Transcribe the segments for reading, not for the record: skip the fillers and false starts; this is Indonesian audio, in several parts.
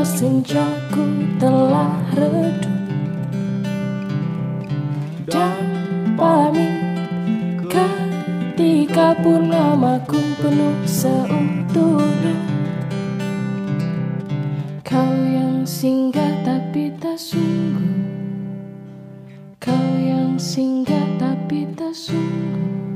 senjaku telah redup dan pamit ketika purnamaku penuh seutuhnya. Kau yang singgah tapi tak sungguh, kau yang singgah tapi tak sungguh.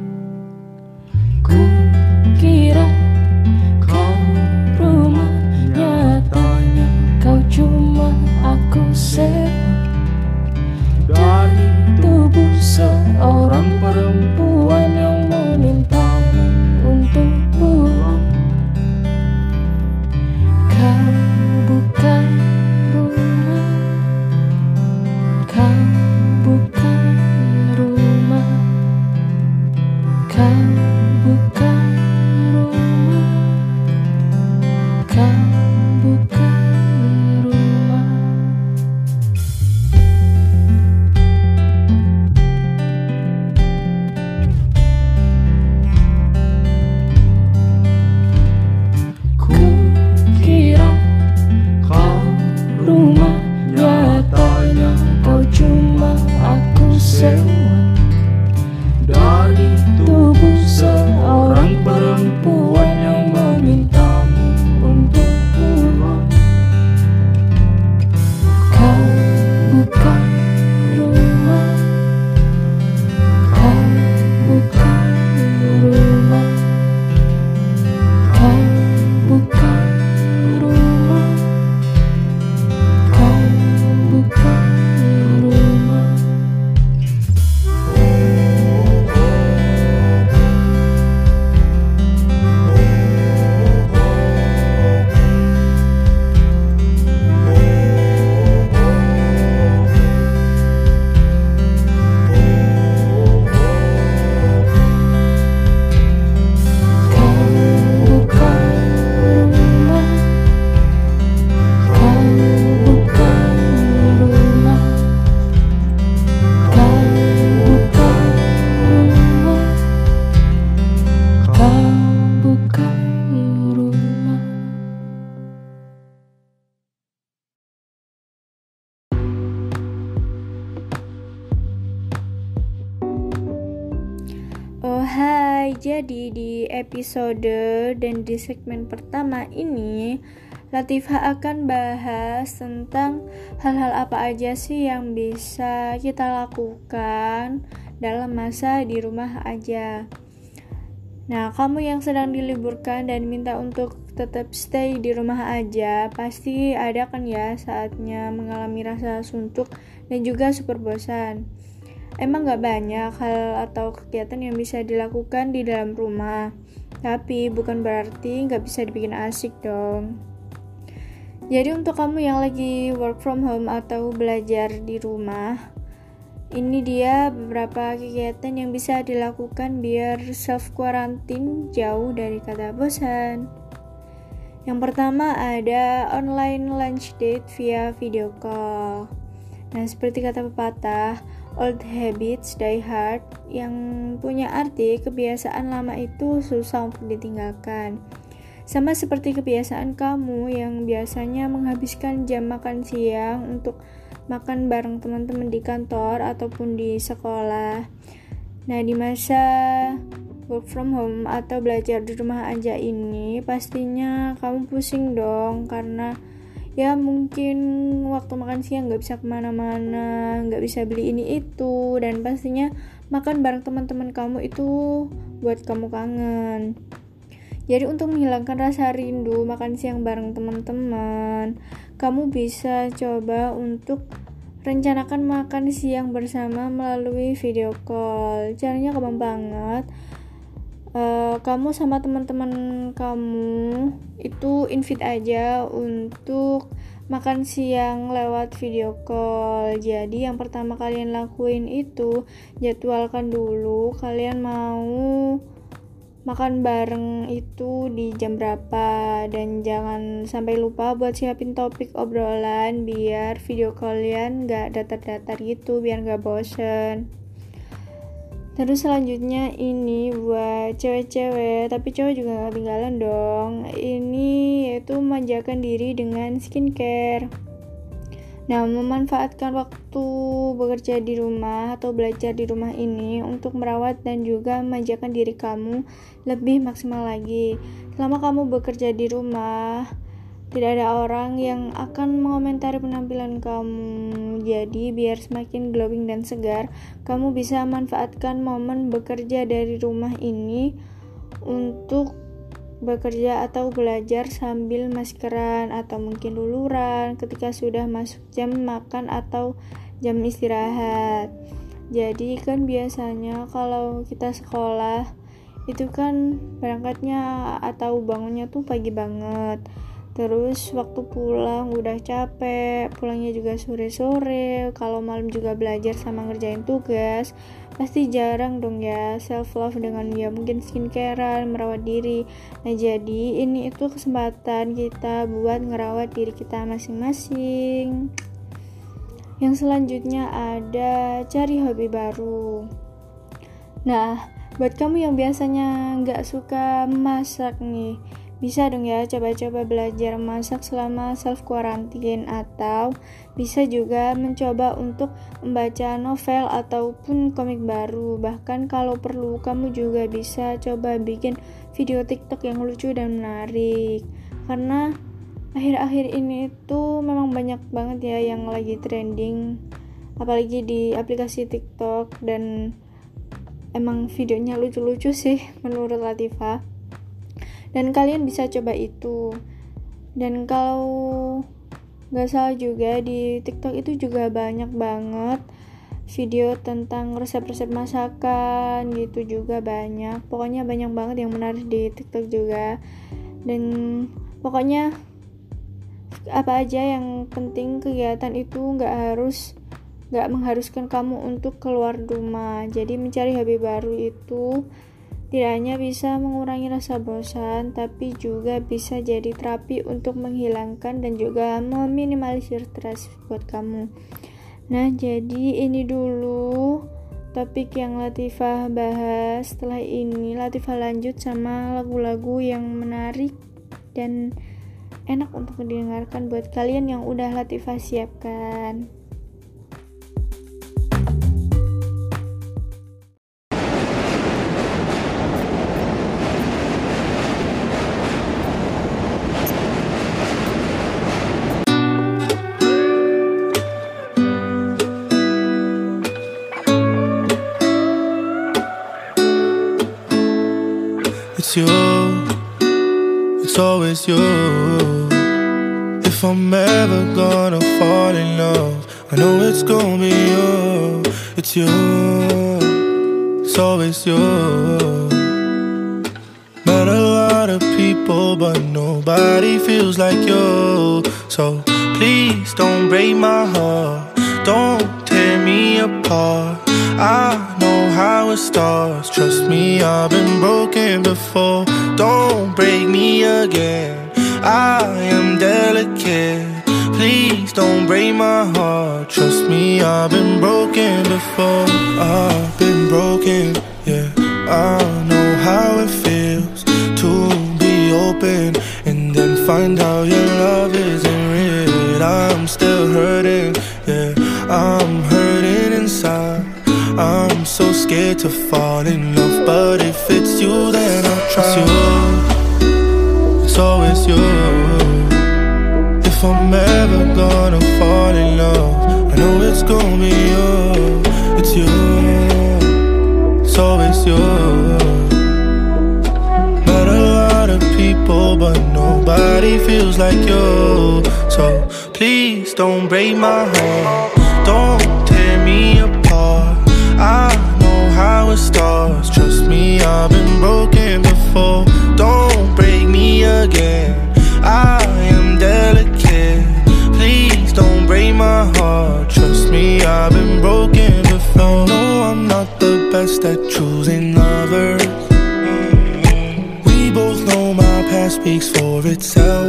Ku kira kau rumah, nyatanya kau cuma aku sewa dari tubuh seorang perempuan yang memintamu untuk pulang. Kau bukan rumah, kau bukan rumah, kau bukan rumah, kau bukan rumah. Ku kira kau rumah, nyatanya kau cuma aku sewa dari tubuh seorang perempuan yang memintamu untuk pulang. Kau bukan rumah, kau bukan rumah, kau bukan rumah, kau bukan rumah. Oh hai, jadi di episode dan di segmen pertama ini Latifah akan bahas tentang hal-hal apa aja sih yang bisa kita lakukan dalam masa di rumah aja. Nah, kamu yang sedang diliburkan dan minta untuk tetap stay di rumah aja, pasti ada kan ya saatnya mengalami rasa suntuk dan juga super bosan. Emang gak banyak hal atau kegiatan yang bisa dilakukan di dalam rumah, tapi bukan berarti gak bisa dibikin asik dong. Jadi untuk kamu yang lagi work from home atau belajar di rumah, ini dia beberapa kegiatan yang bisa dilakukan biar self quarantine jauh dari kata bosan. Yang pertama ada online lunch date via video call. Nah, seperti kata pepatah, old habits die hard, yang punya arti kebiasaan lama itu susah untuk ditinggalkan. Sama seperti kebiasaan kamu yang biasanya menghabiskan jam makan siang untuk makan bareng teman-teman di kantor ataupun di sekolah. Nah, di masa work from home atau belajar di rumah aja ini, pastinya kamu pusing dong, karena ya mungkin waktu makan siang gak bisa kemana-mana, gak bisa beli ini itu, dan pastinya makan bareng teman-teman kamu itu buat kamu kangen. Jadi untuk menghilangkan rasa rindu makan siang bareng teman-teman, kamu bisa coba untuk rencanakan makan siang bersama melalui video call. Caranya gampang banget. Kamu sama teman-teman kamu itu invite aja untuk makan siang lewat video call. Jadi yang pertama kalian lakuin itu jadwalkan dulu kalian mau makan bareng itu di jam berapa, dan jangan sampai lupa buat siapin topik obrolan biar video kalian gak datar-datar gitu, biar gak bosen. Terus selanjutnya ini buat cewek-cewek, tapi cowok juga gak ketinggalan dong. Ini yaitu memanjakan diri dengan skincare. Nah, memanfaatkan waktu bekerja di rumah atau belajar di rumah ini untuk merawat dan juga memanjakan diri kamu lebih maksimal lagi. Selama kamu bekerja di rumah, tidak ada orang yang akan mengomentari penampilan kamu. Jadi biar semakin glowing dan segar, kamu bisa manfaatkan momen bekerja dari rumah ini untuk bekerja atau belajar sambil maskeran atau mungkin luluran ketika sudah masuk jam makan atau jam istirahat. Jadi kan biasanya kalau kita sekolah itu kan berangkatnya atau bangunnya tuh pagi banget. Terus waktu pulang udah capek, pulangnya juga sore-sore, kalau malam juga belajar sama ngerjain tugas, pasti jarang dong ya self love dengan ya mungkin skincarean, merawat diri. Nah jadi ini itu kesempatan kita buat ngerawat diri kita masing-masing. Yang selanjutnya ada cari hobi baru. Nah buat kamu yang biasanya nggak suka masak nih, bisa dong ya coba-coba belajar masak selama self quarantine, atau bisa juga mencoba untuk membaca novel ataupun komik baru. Bahkan kalau perlu kamu juga bisa coba bikin video TikTok yang lucu dan menarik, karena akhir-akhir ini itu memang banyak banget ya yang lagi trending, apalagi di aplikasi TikTok, dan emang videonya lucu-lucu sih menurut Latifah. Dan kalian bisa coba itu. Dan kalau gak salah juga di TikTok itu juga banyak banget video tentang resep-resep masakan gitu juga banyak. Pokoknya banyak banget yang menarik di TikTok juga. Dan pokoknya apa aja yang penting kegiatan itu gak mengharuskan kamu untuk keluar rumah. Jadi mencari hobi baru itu tidak hanya bisa mengurangi rasa bosan, tapi juga bisa jadi terapi untuk menghilangkan dan juga meminimalisir stres buat kamu. Nah, jadi ini dulu topik yang Latifah bahas. Setelah ini Latifah lanjut sama lagu-lagu yang menarik dan enak untuk didengarkan buat kalian yang udah Latifah siapkan. It's you, it's always you. If I'm ever gonna fall in love, I know it's gonna be you. It's you, it's always you. Met a lot of people, but nobody feels like you. So please don't break my heart, don't tear me apart. I know how it starts, trust me, I've been broken before. Don't break me again, I am delicate. Please don't break my heart, trust me, I've been broken before. I've been broken, yeah, I know how it feels to be open and then find out your love isn't real. I'm still hurting, yeah, I'm hurting inside. I'm so scared to fall in love, but if it's you, then I'll try. It's you, it's always you. If I'm ever gonna fall in love, I know it's gonna be you. It's you, it's always you. Met a lot of people, but nobody feels like you. So please don't break my heart, don't tear me apart. I know how it starts, trust me, I've been broken before. Don't break me again, I am delicate. Please don't break my heart, trust me, I've been broken before. No, I'm not the best at choosing lovers. We both know my past speaks for itself.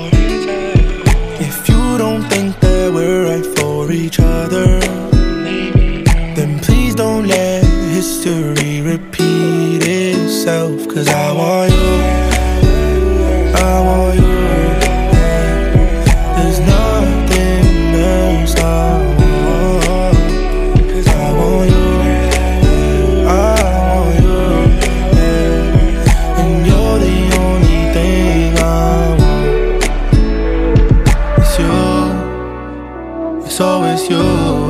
If you don't think that we're right for each other, then please don't let history repeat itself. 'Cause I want you, I want you. There's nothing else I want. 'Cause I want you, I want you. And you're the only thing I want. It's you, it's always you.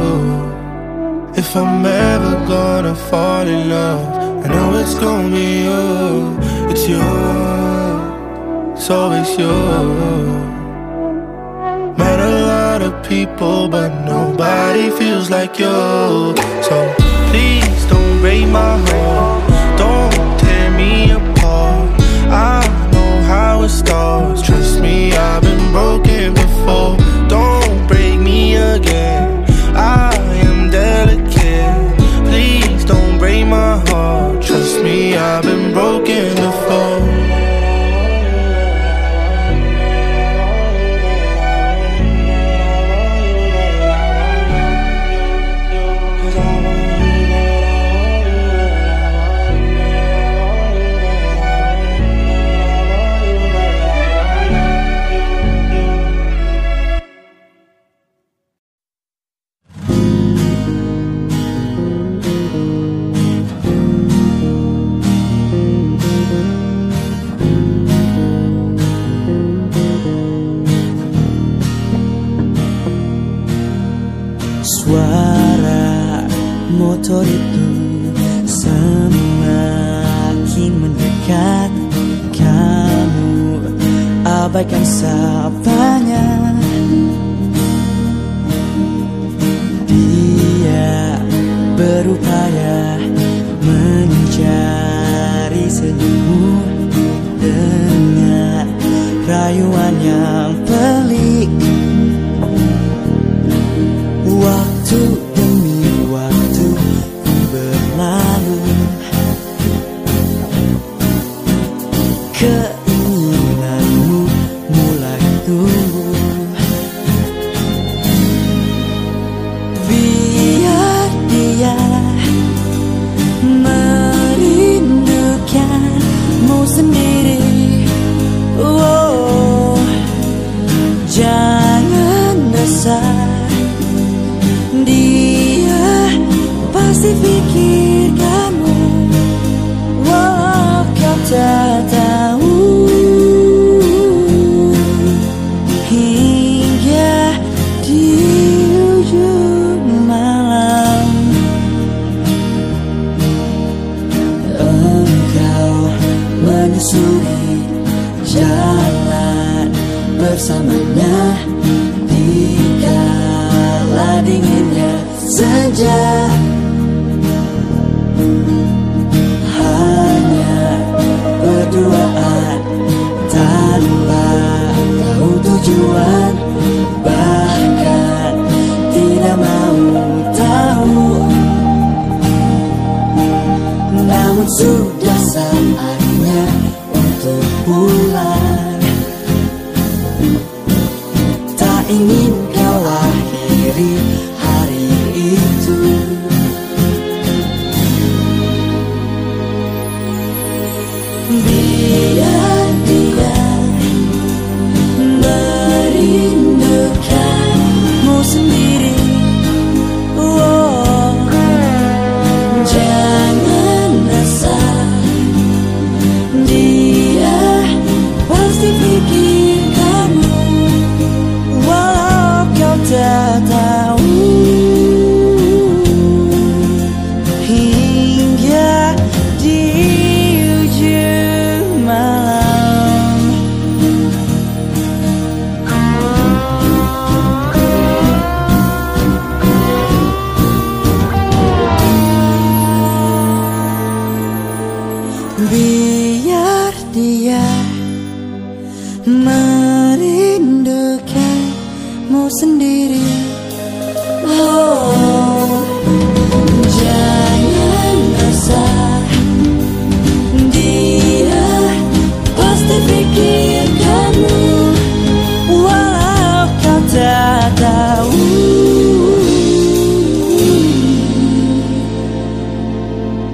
If I'm ever gonna fall in love, I know it's gonna be you. It's you, it's always you. Met a lot of people, but nobody feels like you. So please don't break my heart, don't tear me apart. I know how it starts, trust me, I've been broken before. Don't break me again, I am delicate. Please don't break my heart, trust me, I've been broken before. Suara motor itu semakin mendekat. Kamu abaikan sapanya. Dia berupaya mencari senyummu dengan rayuan yang pelik. Waktu demi waktu berlalu, keinginanmu mulai tumbuh. Biar dia merindukanmu sendiri. Oh, jangan resah, dia pasti pikirkanmu. Walau kau tak tahu, hingga di ujung malam engkau menyusuri jalan bersamanya. Dikala dinginnya senja, hanya berduaan tanpa tahu tujuan, bahkan tidak mau tahu. Namun sudah saatnya untuk pulang. Tak ingin kau akhiri hari itu. Biar dia merindukanmu sendiri. Oh, jangan resah, dia pasti pikirkanmu. Walau kau tak tahu, hingga di ujung malam. Biar dia merindukanmu sendiri. Oh, jangan resah, dia pasti pikirkanmu. Walau kau tak tahu.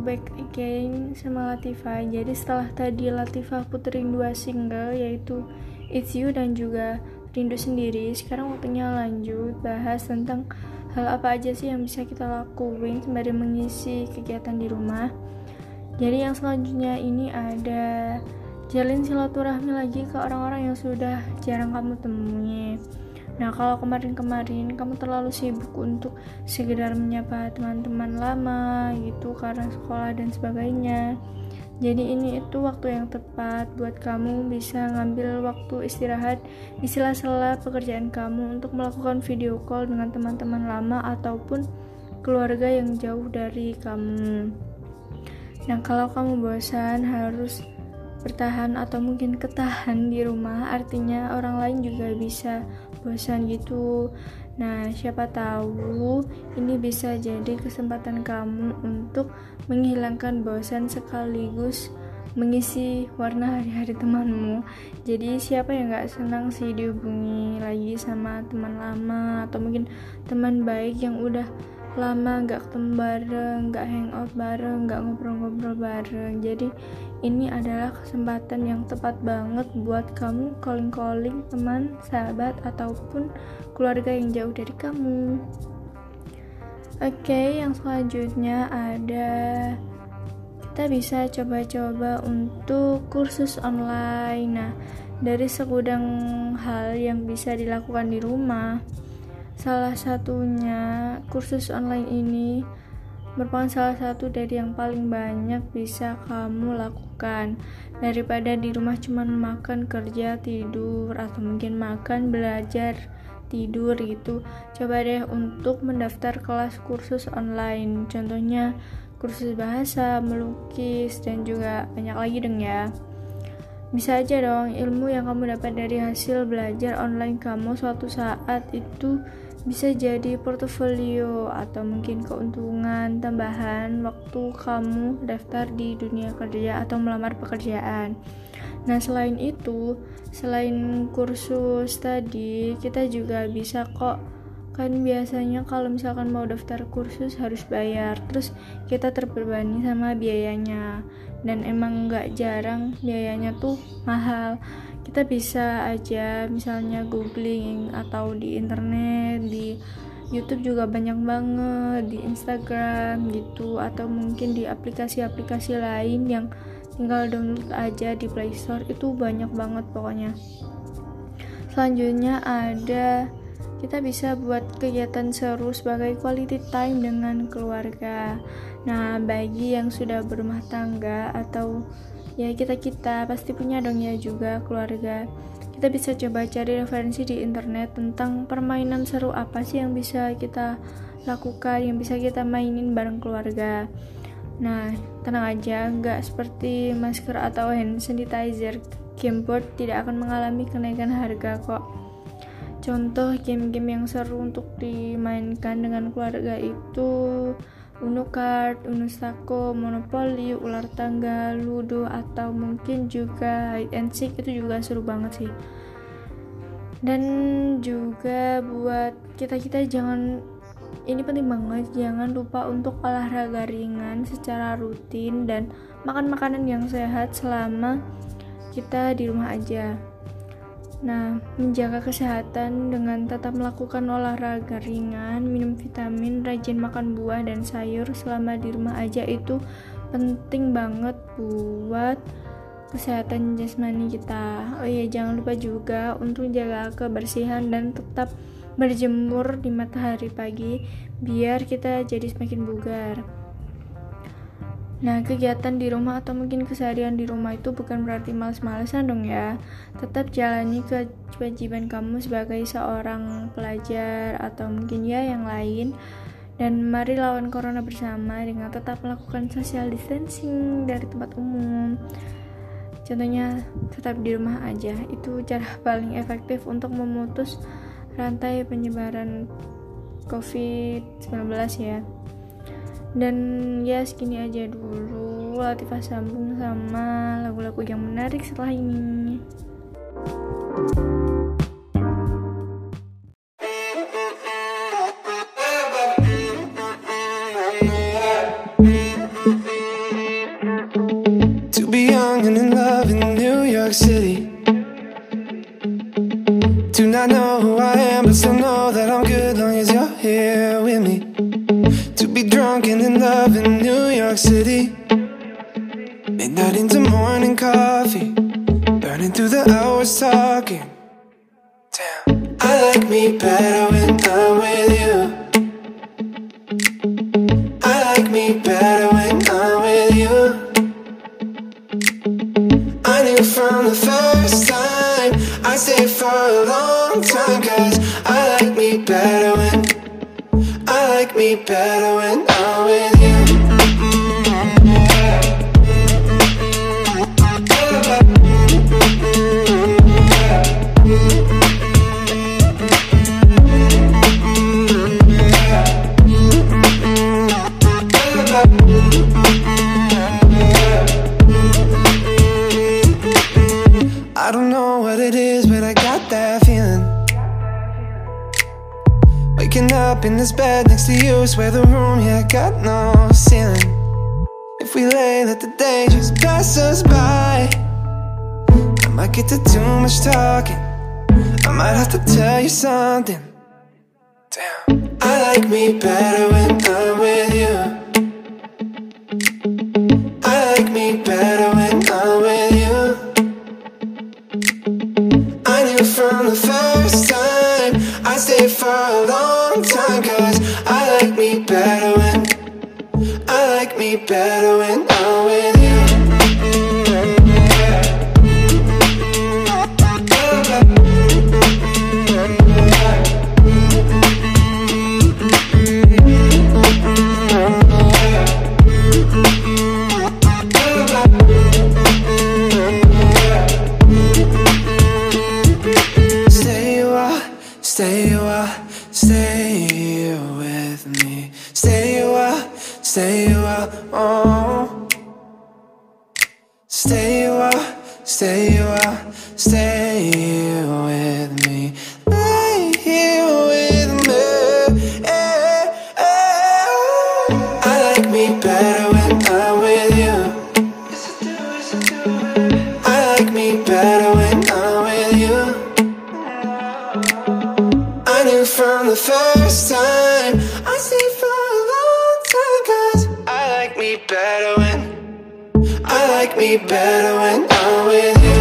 back again sama Latifah. Jadi setelah tadi Latifah puterin 2 single, yaitu It's You dan juga Rindu Sendiri, sekarang waktunya lanjut bahas tentang hal apa aja sih yang bisa kita lakuin sembari mengisi kegiatan di rumah. Jadi yang selanjutnya ini ada jalin silaturahmi lagi ke orang-orang yang sudah jarang kamu temui. Nah, kalau kemarin-kemarin kamu terlalu sibuk untuk sekedar menyapa teman-teman lama gitu karena sekolah dan sebagainya. Jadi ini itu waktu yang tepat buat kamu bisa ngambil waktu istirahat di sela-sela pekerjaan kamu untuk melakukan video call dengan teman-teman lama ataupun keluarga yang jauh dari kamu. Nah, kalau kamu bosan harus bertahan atau mungkin ketahan di rumah, artinya orang lain juga bisa bosan gitu. Nah, siapa tahu ini bisa jadi kesempatan kamu untuk menghilangkan bosan sekaligus mengisi warna hari-hari temanmu. Jadi siapa yang gak senang sih dihubungi lagi sama teman lama atau mungkin teman baik yang udah lama gak ketemu bareng, gak hangout bareng, gak ngobrol-ngobrol bareng. Jadi ini adalah kesempatan yang tepat banget buat kamu calling-calling teman, sahabat, ataupun keluarga yang jauh dari kamu. Oke, yang selanjutnya ada kita bisa coba-coba untuk kursus online. Nah, dari segudang hal yang bisa dilakukan di rumah, salah satunya kursus online ini merupakan salah satu dari yang paling banyak bisa kamu lakukan. Daripada di rumah cuma makan, kerja, tidur, atau mungkin makan, belajar, tidur gitu, coba deh untuk mendaftar kelas kursus online. Contohnya kursus bahasa, melukis, dan juga banyak lagi dong ya. Bisa aja dong ilmu yang kamu dapat dari hasil belajar online kamu suatu saat itu bisa jadi portofolio atau mungkin keuntungan tambahan waktu kamu daftar di dunia kerja atau melamar pekerjaan. Nah, selain itu, selain kursus tadi, kita juga bisa kok, kan biasanya kalau misalkan mau daftar kursus harus bayar, terus kita terbebani sama biayanya, dan emang gak jarang biayanya tuh mahal. Kita bisa aja misalnya googling atau di internet, di YouTube juga banyak banget, di Instagram gitu, atau mungkin di aplikasi-aplikasi lain yang tinggal download aja di Play Store, itu banyak banget pokoknya. Selanjutnya ada kita bisa buat kegiatan seru sebagai quality time dengan keluarga. Nah, bagi yang sudah berumah tangga atau ya kita pasti punya dong ya juga keluarga, kita bisa coba cari referensi di internet tentang permainan seru apa sih yang bisa kita lakukan, yang bisa kita mainin bareng keluarga. Nah, tenang aja, nggak seperti masker atau hand sanitizer, gameboard tidak akan mengalami kenaikan harga kok. Contoh game-game yang seru untuk dimainkan dengan keluarga itu Uno Card, Uno Stako, Monopoly, Ular Tangga, Ludo, atau mungkin juga Hide and Seek, itu juga seru banget sih. Dan juga buat kita jangan, ini penting banget, jangan lupa untuk olahraga ringan secara rutin dan makan makanan yang sehat selama kita di rumah aja. Nah, menjaga kesehatan dengan tetap melakukan olahraga ringan, minum vitamin, rajin makan buah dan sayur selama di rumah aja itu penting banget buat kesehatan jasmani kita. Oh iya, jangan lupa juga untuk jaga kebersihan dan tetap berjemur di matahari pagi biar kita jadi semakin bugar. Nah, kegiatan di rumah atau mungkin keseharian di rumah itu bukan berarti malas-malasan dong ya. Tetap jalani kewajiban kamu sebagai seorang pelajar atau mungkin ya yang lain. Dan mari lawan corona bersama dengan tetap melakukan social distancing dari tempat umum. Contohnya tetap di rumah aja. Itu cara paling efektif untuk memutus rantai penyebaran COVID-19 ya. Dan ya segini aja dulu, Latifah sambung sama lagu-lagu yang menarik setelah ini. through the hours talking. Damn. I like me better when I'm with you. I like me better when I'm with you. I knew from the first time I'd stay for a long time, 'cause I like me better when I'm with you. I don't know what it is, but I got that feeling. Waking up in this bed next to you, swear the room, yeah, got no ceiling. If we lay, let the day just pass us by. I might get to too much talking, I might have to tell you something. Damn. I like me better when I'm with you. I like me better when I'm with you. I knew from the first time I'd stay for a long time, 'cause I like me better when I'm with you. Stay with me. Stay a while, oh. Stay a while, stay with me. Lay here with me. I like me better when I'm with you. I like me better when I'm with you. I knew from the first time I stayed for a long time, 'cause I like me better when I'm with you.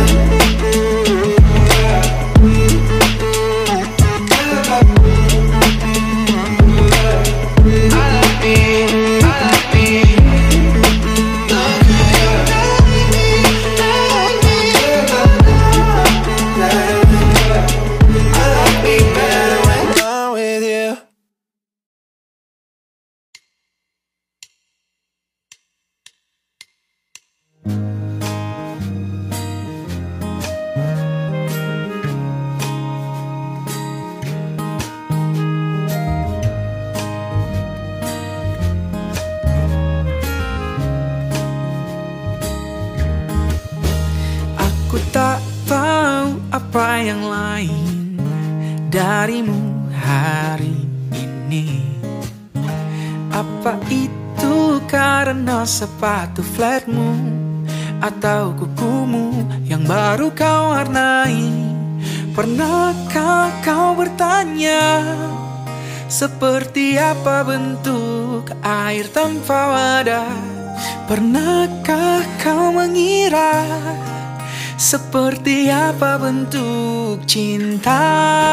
Aku tak tahu apa yang lain darimu hari ini. Apa itu karena sepatu flatmu atau kukumu yang baru kau warnai? Pernahkah kau bertanya seperti apa bentuk air tanpa wadah? Pernahkah kau mengira seperti apa bentuk cinta?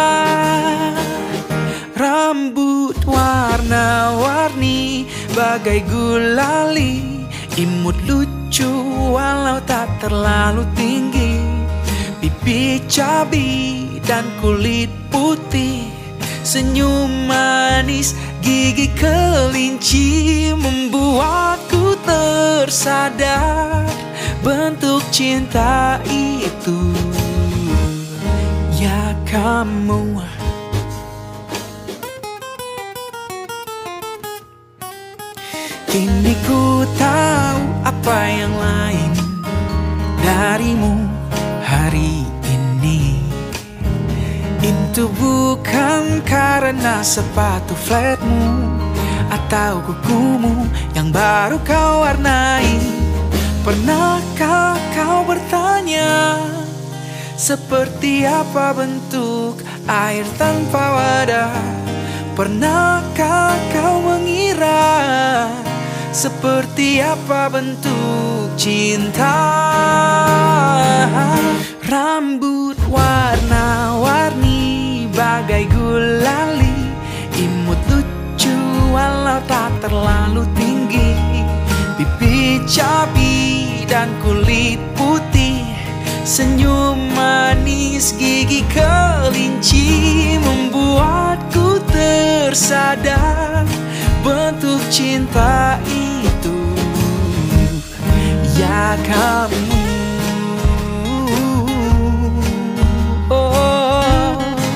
Rambut warna-warni bagai gulali, imut lucu walau tak terlalu tinggi. Pipi cabi dan kulit putih, senyum manis gigi kelinci, membuatku tersadar bentuk cinta itu. Ya kamu, kini ku tahu apa yang lain darimu hari ini. Itu bukan karena sepatu flatmu atau kukumu yang baru kau warnai. Pernahkah kau bertanya seperti apa bentuk air tanpa wadah? Pernahkah kau mengira seperti apa bentuk cinta? Rambut warna-warni bagai gulali, imut lucu walau tak terlalu tinggi, pipi cabi dan kulit putih, senyum manis gigi kelinci, membuatku tersadar bentuk cinta itu. Ya kamu, oh.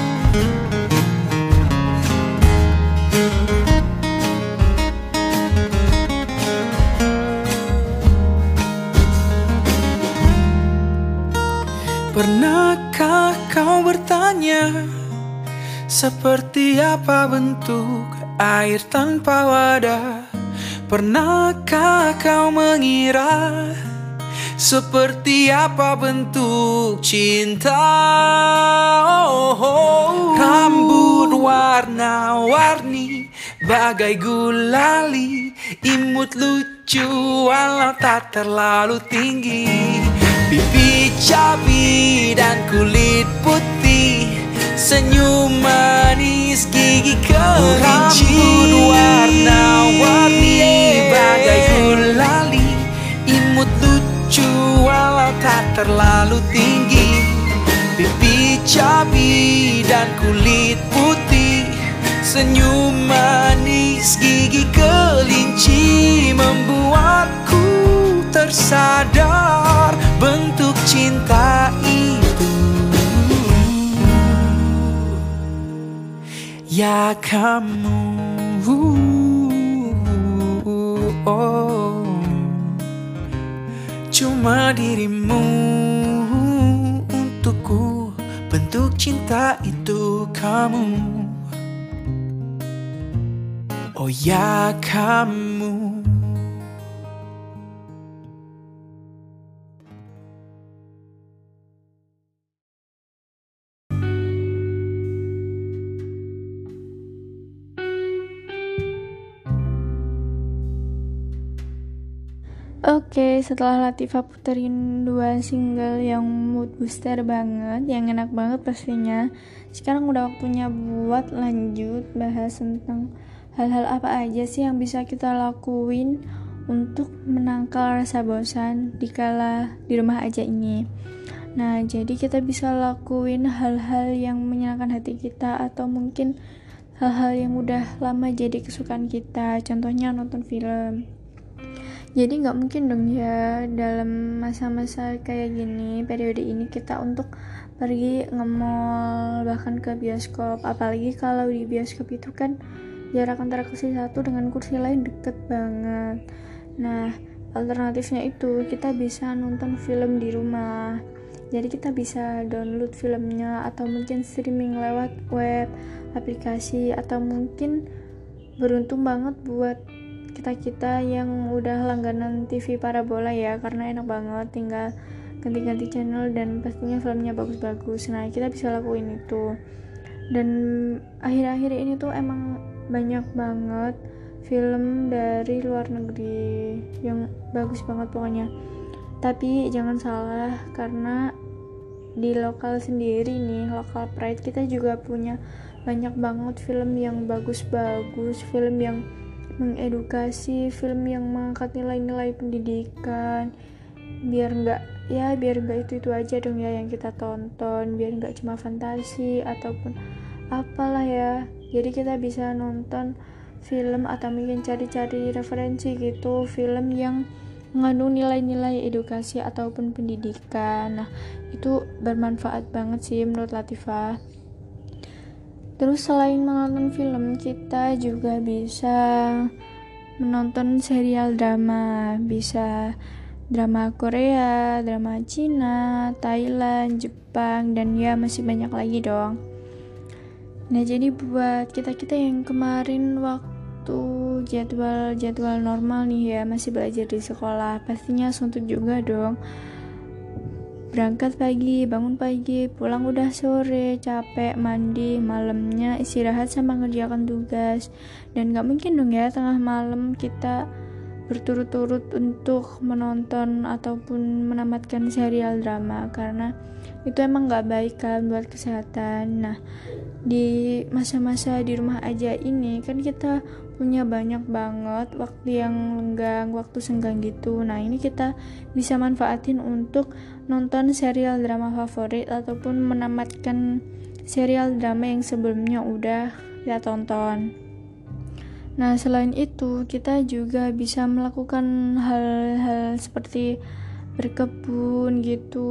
Pernahkah kau bertanya seperti apa bentuk air tanpa wadah? Pernahkah kau mengira seperti apa bentuk cinta? Rambut warna-warni bagai gulali, imut lucu walau tak terlalu tinggi, pipi cabi dan kulit putih, senyum manis gigi kelinci. Rambut warna-warni bagai gulali, imut lucu walau tak terlalu tinggi, pipi cabi dan kulit putih, senyum manis gigi kelinci, membuatku tersadar bentuk cinta itu. Ya kamu, oh. Cuma dirimu untukku, bentuk cinta itu kamu. Oh ya kamu. Oke, setelah Latifah puterin 2 single yang mood booster banget, yang enak banget pastinya, sekarang udah waktunya buat lanjut bahas tentang hal-hal apa aja sih yang bisa kita lakuin untuk menangkal rasa bosan dikala di rumah aja ini. Nah, jadi kita bisa lakuin hal-hal yang menyenangkan hati kita, atau mungkin hal-hal yang udah lama jadi kesukaan kita, contohnya nonton film. Jadi nggak mungkin dong ya dalam masa-masa kayak gini, periode ini kita untuk pergi nge-mall, bahkan ke bioskop. Apalagi kalau di bioskop itu kan jarak antara kursi satu dengan kursi lain deket banget. Nah, alternatifnya itu kita bisa nonton film di rumah. Jadi kita bisa download filmnya, atau mungkin streaming lewat web, aplikasi, atau mungkin beruntung banget buat kita yang udah langganan TV parabola ya, karena enak banget tinggal ganti-ganti channel dan pastinya filmnya bagus-bagus. Nah, kita bisa lakuin itu. Dan akhir-akhir ini tuh emang banyak banget film dari luar negeri yang bagus banget pokoknya. Tapi jangan salah, karena di lokal sendiri nih, lokal pride, kita juga punya banyak banget film yang bagus-bagus, film yang mengedukasi, film yang mengangkat nilai-nilai pendidikan, biar nggak itu aja dong ya yang kita tonton, biar nggak cuma fantasi ataupun apalah ya. Jadi kita bisa nonton film atau mungkin cari-cari referensi gitu, film yang mengandung nilai-nilai edukasi ataupun pendidikan. Nah, itu bermanfaat banget sih menurut Latifah. Terus selain menonton film, kita juga bisa menonton serial drama, bisa drama Korea, drama Cina, Thailand, Jepang, dan ya masih banyak lagi dong. Nah, jadi buat kita-kita yang kemarin waktu jadwal normal nih ya, masih belajar di sekolah, pastinya suntuk juga dong. Berangkat pagi, bangun pagi, pulang udah sore, capek, mandi, malamnya istirahat sama ngerjakan tugas. Dan gak mungkin dong ya tengah malam kita berturut-turut untuk menonton ataupun menamatkan serial drama, karena itu emang gak baik kan buat kesehatan. Nah, di masa-masa di rumah aja ini kan kita punya banyak banget waktu yang lenggang, waktu senggang gitu. Nah, ini kita bisa manfaatin untuk nonton serial drama favorit ataupun menamatkan serial drama yang sebelumnya udah kita tonton. Nah, selain itu kita juga bisa melakukan hal-hal seperti berkebun gitu,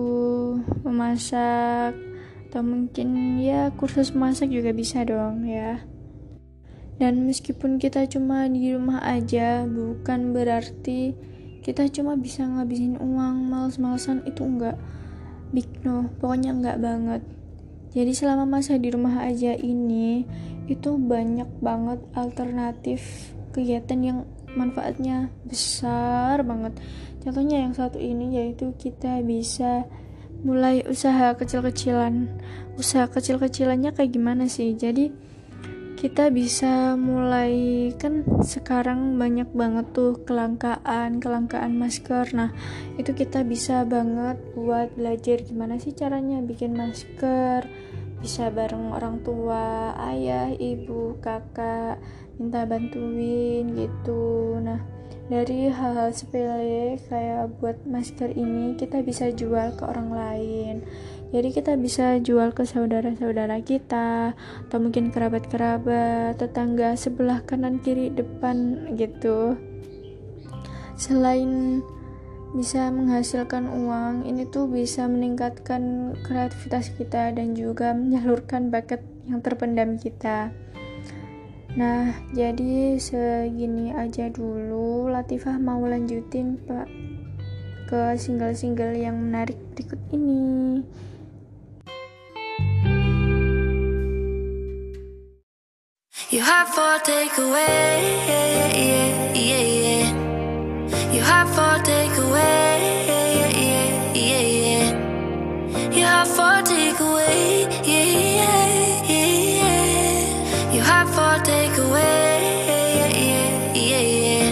memasak, atau mungkin ya kursus masak juga bisa dong ya. Dan meskipun kita cuma di rumah aja, bukan berarti kita cuma bisa ngabisin uang males-malesan, itu enggak, big no, pokoknya enggak banget. Jadi selama masa di rumah aja ini itu banyak banget alternatif kegiatan yang manfaatnya besar banget. Contohnya yang satu ini, yaitu kita bisa mulai usaha kecil-kecilan. Usaha kecil-kecilannya kayak gimana sih? Jadi kita bisa mulai, kan sekarang banyak banget tuh kelangkaan masker. Nah, itu kita bisa banget buat belajar gimana sih caranya bikin masker. Bisa bareng orang tua, ayah, ibu, kakak, minta bantuin gitu. Nah, dari hal-hal sepele kayak buat masker ini kita bisa jual ke orang lain. Jadi kita bisa jual ke saudara-saudara kita, atau mungkin kerabat-kerabat, tetangga sebelah kanan kiri depan gitu. Selain bisa menghasilkan uang, ini tuh bisa meningkatkan kreativitas kita dan juga menyalurkan bakat yang terpendam kita. Nah, jadi segini aja dulu. Latifah mau lanjutin Pak ke single-single yang menarik berikut ini. You have for takeaway, yeah, yeah, yeah, yeah. You have for takeaway, yeah, yeah, yeah, yeah. You have for takeaway, yeah, yeah, yeah, yeah. You have for takeaway, yeah, yeah, yeah, yeah.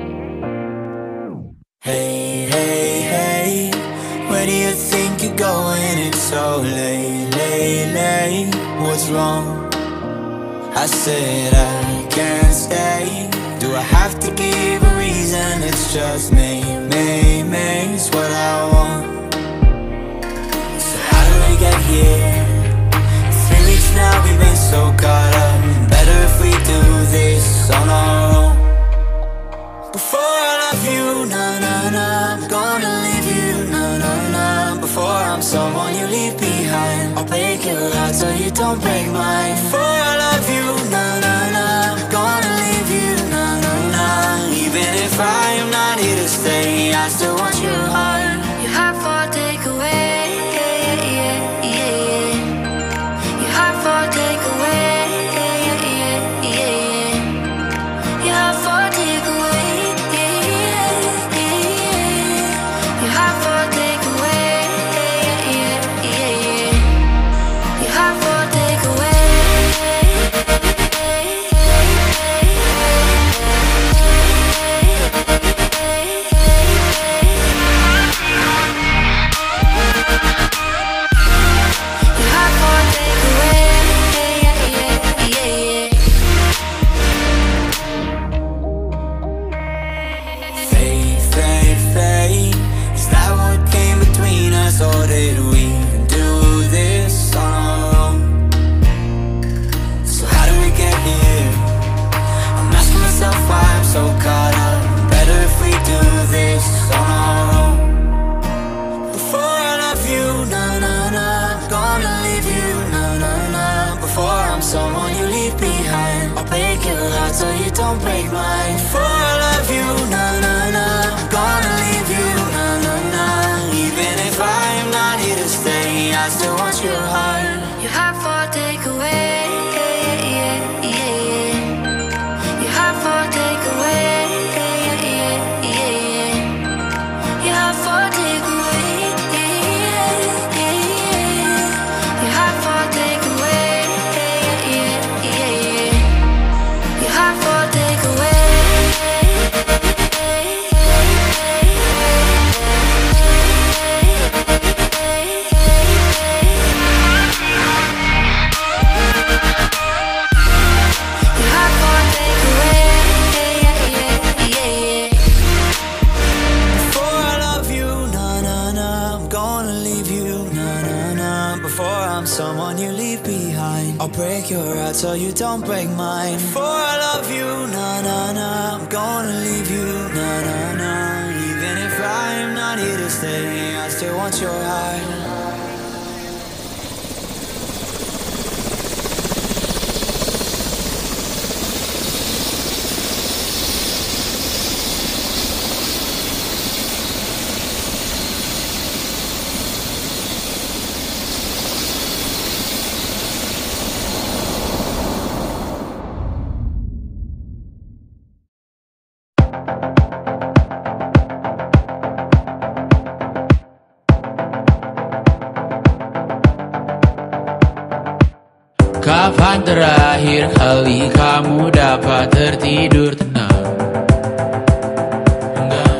Hey, hey, hey, where do you think you're going? It's so late, late, late. What's wrong? I said I can't stay. Do I have to give a reason? It's just me, it's what I want. So how do we get here? 3 weeks now we've been so caught up. Better if we do this on our own. Before I love you, nah, nah, nah, I'm gonna leave you, nah, nah, nah. Before I'm someone you leave behind, I'll break your heart so you don't break mine. Before I love you, nah, nah, nah, I'm gonna leave you, nah, nah, nah. Even if I am not here to stay, I still want your heart. You have for takeaway, yeah, yeah, yeah, yeah. You have for takeaway, yeah, yeah, yeah, yeah. You have for takeaway, yeah, yeah, yeah, yeah. You have for takeaway, yeah, yeah, yeah, yeah. You have for takeaway. Or did we do this on our own? So how do we get here? I'm asking myself why I'm so caught up. Better if we do this on our own. Before I love you, nah, nah, nah, I'm gonna leave you, nah, nah, nah. Before I'm someone you leave behind, I'll break your heart so you don't break mine. Before I love you, nah, nah, nah, I'm gonna leave you, nah, nah, nah. Even if I am not here to stay, I still want your heart. You have for takeaway, yeah, yeah, yeah, yeah. You have for takeaway, yeah, yeah, yeah, yeah. You have for takeaway, yeah, yeah, yeah, yeah. You have for takeaway, yeah, yeah, yeah, yeah. You have for takeaway. before I'm someone you leave behind. I'll break your heart so you don't break mine. Before I love you, nah, nah, nah, I'm gonna leave you, nah, nah, nah. Even if I'm not here to stay, I still want your heart. Kapan terakhir kali kamu dapat tertidur tenang? Enggak.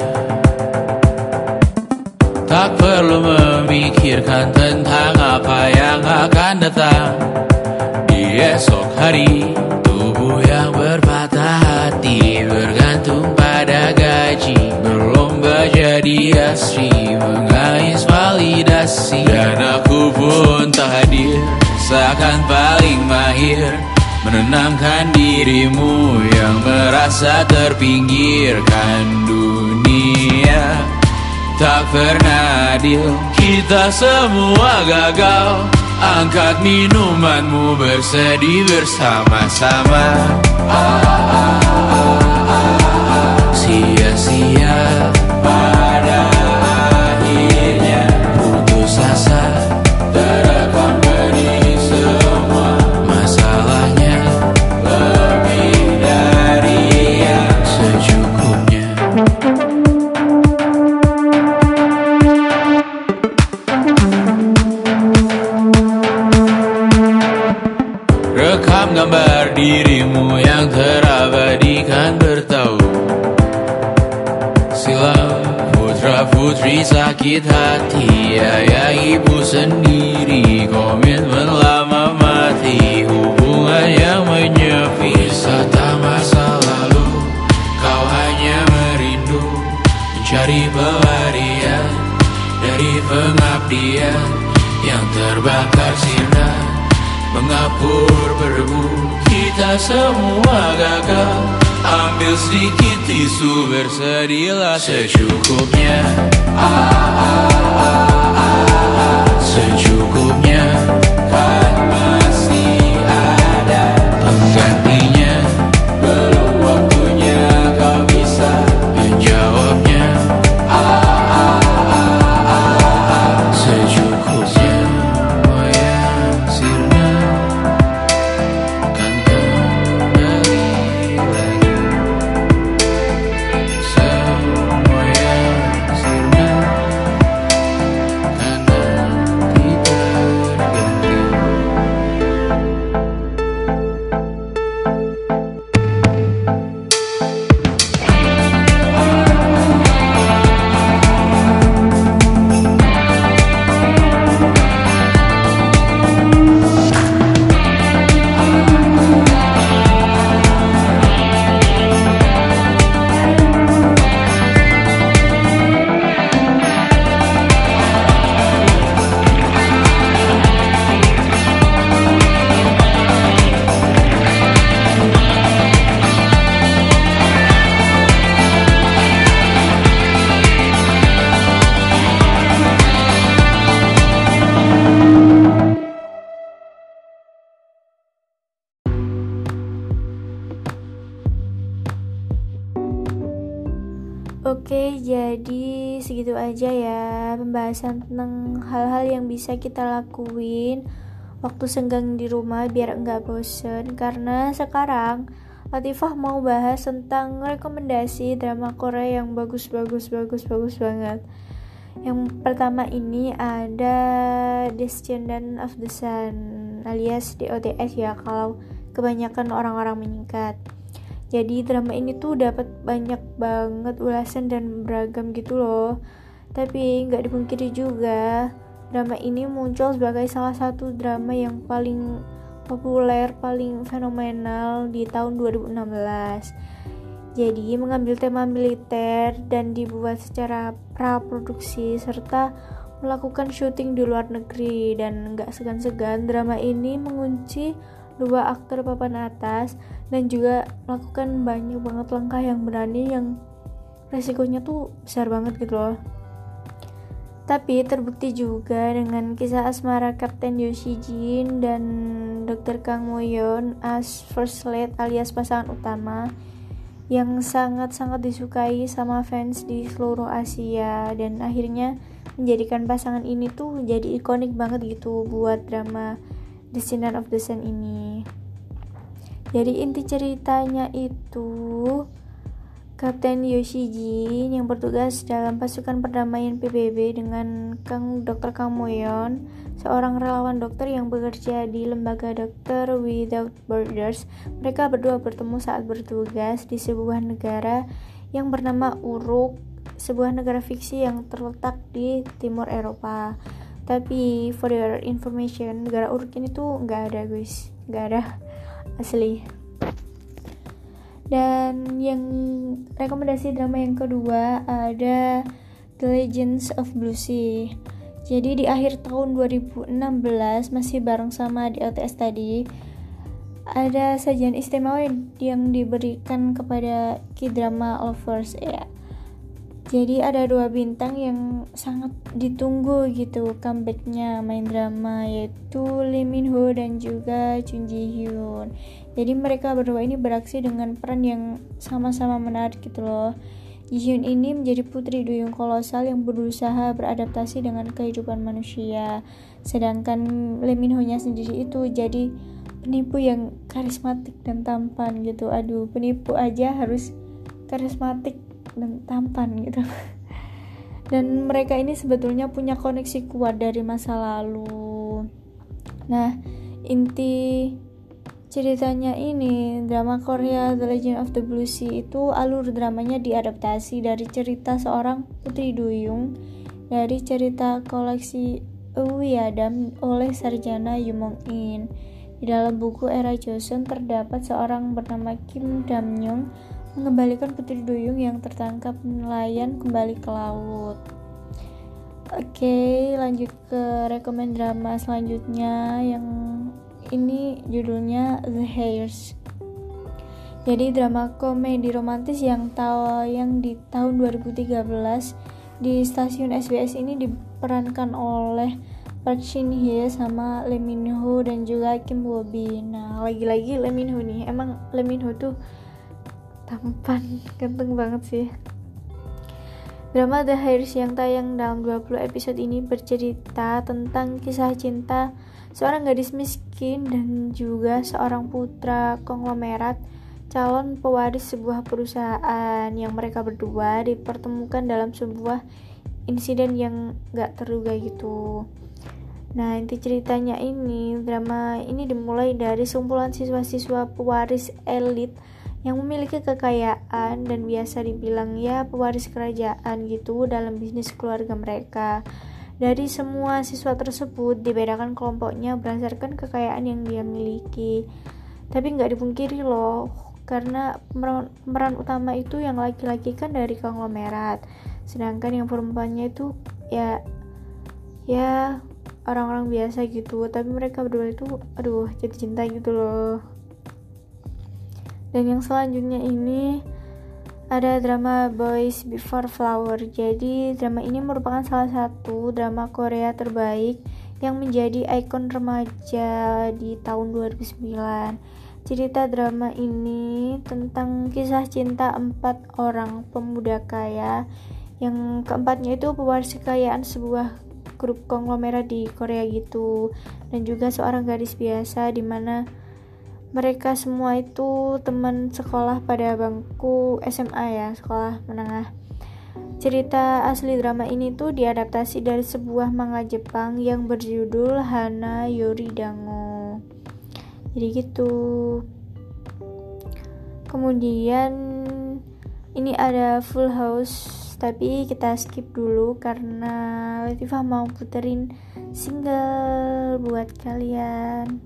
Tak perlu memikirkan tentang apa yang akan datang di esok hari. Tubuh yang berpatah hati bergantung pada gaji, berlomba jadi asri, mengais validasi. Dan aku pun tak hadir, seakan paling mahir menenangkan dirimu yang merasa terpinggirkan. Dunia tak pernah adil, kita semua gagal. Angkat minumanmu, bersedih bersama-sama. Sia-sia pada akhirnya putus asa, terekam benih semua. Masalahnya lebih dari yang secukupnya. Rekam gambar dirimu yang terabadikan bertahun silam. Putra-putri sakit hati, ayah ibu sendiri, komitmen lama mati, hubungan yang menyepi. Wisata masa lalu, kau hanya merindu, mencari pelarian dari pengabdian yang terbakar sirna, mengapur berdebu. Kita semua gagal, ambil sedikit tisu, bersedihlah secukupnya. Secukupnya, kan masih ada penggantinya. Belum waktunya kau bisa menjawabnya. Secukupnya, wayang sirna kan kembali lagi. Semua yang sirna kan nanti berganti. Oke, jadi segitu aja ya pembahasan tentang hal-hal yang bisa kita lakuin waktu senggang di rumah biar enggak bosen. Karena sekarang Latifah mau bahas tentang rekomendasi drama Korea yang bagus banget. Yang pertama ini ada Descendant of the Sun alias DOTS ya kalau kebanyakan orang-orang menyingkat. Jadi drama ini tuh dapat banyak banget ulasan dan beragam gitu loh. Tapi nggak dipungkiri juga, drama ini muncul sebagai salah satu drama yang paling populer, paling fenomenal di tahun 2016. Jadi mengambil tema militer dan dibuat secara praproduksi serta melakukan syuting di luar negeri, dan nggak segan-segan drama ini mengunci 2 aktor papan atas dan juga melakukan banyak banget langkah yang berani yang resikonya tuh besar banget gitu loh. Tapi terbukti juga dengan kisah asmara Kapten Yoshi Jin dan Dr. Kang Moyon as first lead alias pasangan utama yang sangat-sangat disukai sama fans di seluruh Asia, dan akhirnya menjadikan pasangan ini tuh jadi ikonik banget gitu buat drama Descendant of the Sun ini. Jadi inti ceritanya itu Kapten Yoshi Jin yang bertugas dalam pasukan perdamaian PBB dengan Dr. Kang Moyon, seorang relawan dokter yang bekerja di lembaga Dokter Without Borders. Mereka berdua bertemu saat bertugas di sebuah negara yang bernama Uruk, sebuah negara fiksi yang terletak di timur Eropa. Tapi for your information, negara Uruk ini tuh nggak ada guys, nggak ada asli. Dan yang rekomendasi drama yang kedua ada The Legends of Blue Sea. Jadi di akhir tahun 2016 masih bareng sama di LTS tadi, ada sajian istimewa yang diberikan kepada K-drama lovers ya. Jadi ada 2 bintang yang sangat ditunggu gitu comebacknya main drama, yaitu Lee Min Ho dan juga Jun Ji Hyun. Jadi mereka berdua ini beraksi dengan peran yang sama-sama menarik gitu loh. Ji Hyun ini menjadi putri duyung kolosal yang berusaha beradaptasi dengan kehidupan manusia, sedangkan Lee Min Ho nya sendiri itu jadi penipu yang karismatik dan tampan gitu. Aduh, penipu aja harus karismatik dan tampan gitu. Dan mereka ini sebetulnya punya koneksi kuat dari masa lalu. Nah, inti ceritanya ini drama Korea The Legend of the Blue Sea itu alur dramanya diadaptasi dari cerita seorang putri duyung dari cerita koleksi Eui Adam oleh sarjana Yoo Mong In. Di dalam buku Era Joseon terdapat seorang bernama Kim Dam Young mengembalikan putri duyung yang tertangkap nelayan kembali ke laut. Oke, lanjut ke rekomend drama selanjutnya yang ini judulnya The Heirs. Jadi drama komedi romantis yang tayang di tahun 2013 di stasiun SBS ini diperankan oleh Park Shin Hye sama Lee Min Ho dan juga Kim Woo Bin. Nah, lagi-lagi Lee Min Ho nih, emang Lee Min Ho tuh tampan, ganteng banget sih. Drama The Heirs yang tayang dalam 20 episode ini bercerita tentang kisah cinta seorang gadis miskin dan juga seorang putra konglomerat calon pewaris sebuah perusahaan yang mereka berdua dipertemukan dalam sebuah insiden yang gak terduga gitu. Nah, inti ceritanya ini, drama ini dimulai dari sekumpulan siswa-siswa pewaris elit yang memiliki kekayaan dan biasa dibilang ya pewaris kerajaan gitu dalam bisnis keluarga mereka. Dari semua siswa tersebut dibedakan kelompoknya berdasarkan kekayaan yang dia miliki. Tapi nggak dipungkiri loh, karena pemeran utama itu yang laki-laki kan dari konglomerat, sedangkan yang perempuannya itu ya orang-orang biasa gitu. Tapi mereka berdua itu jatuh cinta gitu loh. Dan yang selanjutnya ini ada drama Boys Before Flower. Jadi drama ini merupakan salah satu drama Korea terbaik yang menjadi ikon remaja di tahun 2009. Cerita drama ini tentang kisah cinta 4 orang pemuda kaya, yang keempatnya itu pewaris kekayaan sebuah grup konglomerat di Korea gitu, dan juga seorang gadis biasa di mana mereka semua itu teman sekolah pada bangku SMA ya, sekolah menengah. Cerita asli drama ini tuh diadaptasi dari sebuah manga Jepang yang berjudul Hana Yori Dango. Jadi gitu. Kemudian ini ada Full House, tapi kita skip dulu karena Latifah mau puterin single buat kalian.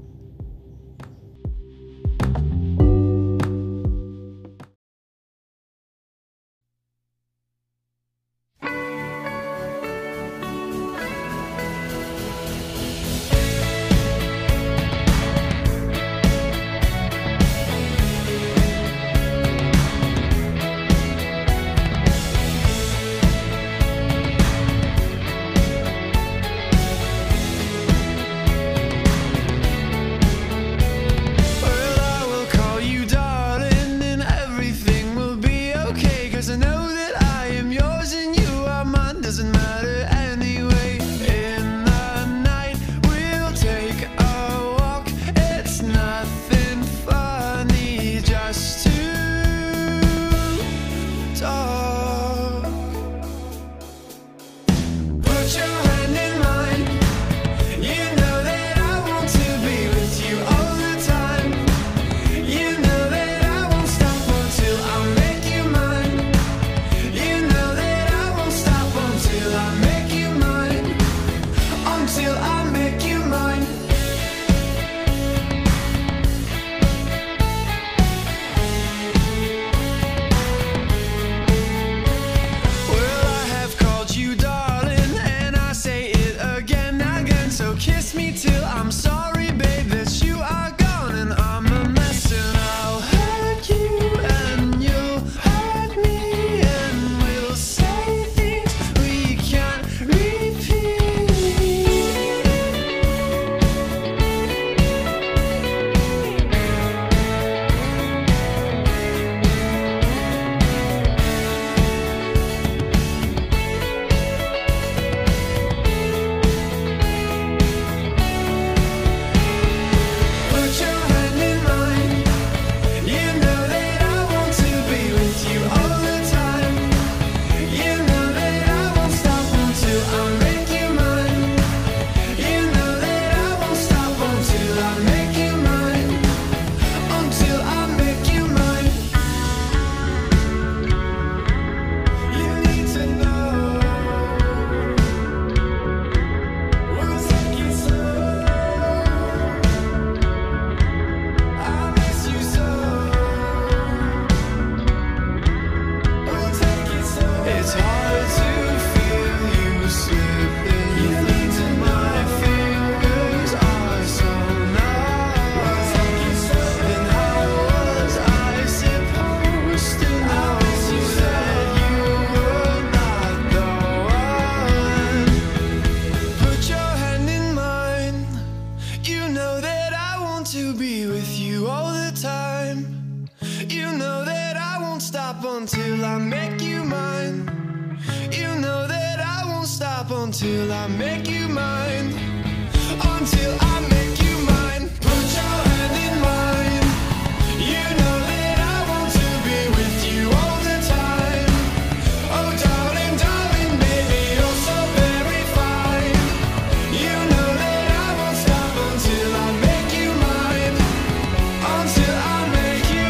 until I make you mine. You know that I won't stop until I make you mine. Until I make you mine. Put your hand in mine. You know that I want to be with you all the time. Oh darling, darling, baby, you're so very fine. You know that I won't stop until I make you mine. Until I make you.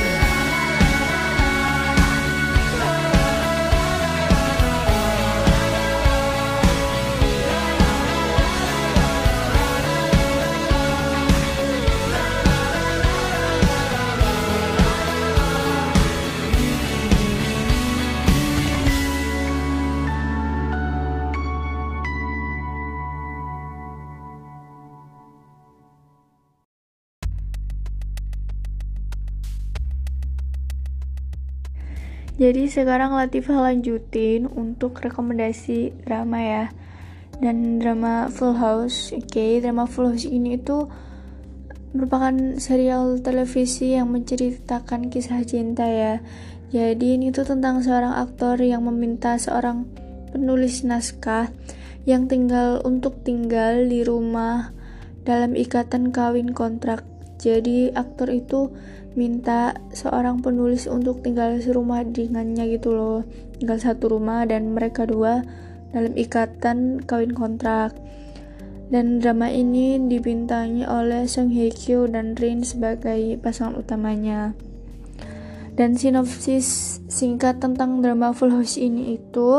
Jadi sekarang Latifah lanjutin untuk rekomendasi drama ya. Dan drama Full House. Oke, drama Full House ini itu merupakan serial televisi yang menceritakan kisah cinta ya. Jadi ini tuh tentang seorang aktor yang meminta seorang penulis naskah yang tinggal di rumah dalam ikatan kawin kontrak. Jadi aktor itu minta seorang penulis untuk tinggal serumah dengannya gitu loh, tinggal satu rumah dan mereka dua dalam ikatan kawin kontrak. Dan drama ini dibintangi oleh Song Hye Kyo dan Rin sebagai pasangan utamanya. Dan sinopsis singkat tentang drama Full House ini itu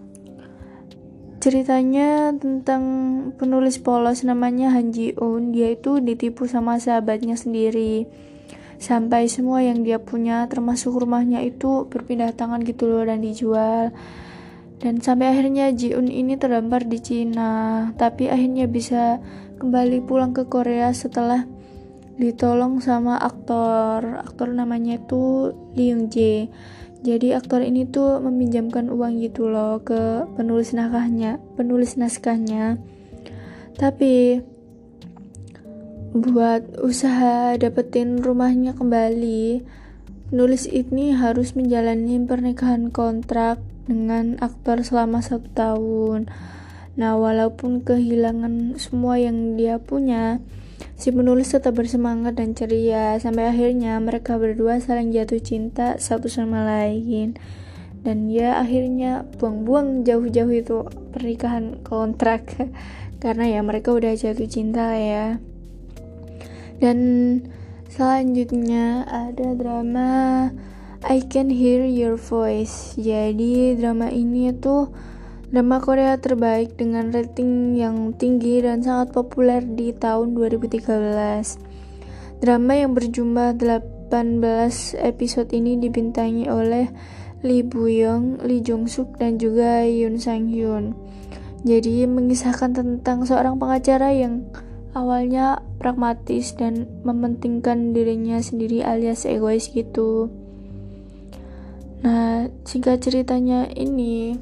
ceritanya tentang penulis polos namanya Han Ji Eun. Dia itu ditipu sama sahabatnya sendiri sampai semua yang dia punya termasuk rumahnya itu berpindah tangan gitu loh dan dijual. Dan sampai akhirnya Ji Eun ini terdampar di Cina, tapi akhirnya bisa kembali pulang ke Korea setelah ditolong sama aktor namanya itu Lee Young Jae. Jadi aktor ini tuh meminjamkan uang gitu loh ke penulis naskahnya. Tapi buat usaha dapetin rumahnya kembali, penulis ini harus menjalani pernikahan kontrak dengan aktor selama 1 tahun. Nah, walaupun kehilangan semua yang dia punya, si penulis tetap bersemangat dan ceria sampai akhirnya mereka berdua saling jatuh cinta satu sama lain. Dan ya akhirnya buang-buang jauh-jauh itu pernikahan kontrak karena ya mereka udah jatuh cinta ya. Dan selanjutnya ada drama I Can Hear Your Voice. Jadi drama ini tuh drama Korea terbaik dengan rating yang tinggi dan sangat populer di tahun 2013. Drama yang berjumlah 18 episode ini dibintangi oleh Lee Bu Young, Lee Jong Suk, dan juga Yoon Sang Hyun. Jadi mengisahkan tentang seorang pengacara yang awalnya pragmatis dan mementingkan dirinya sendiri alias egois gitu. Nah, singkat ceritanya ini,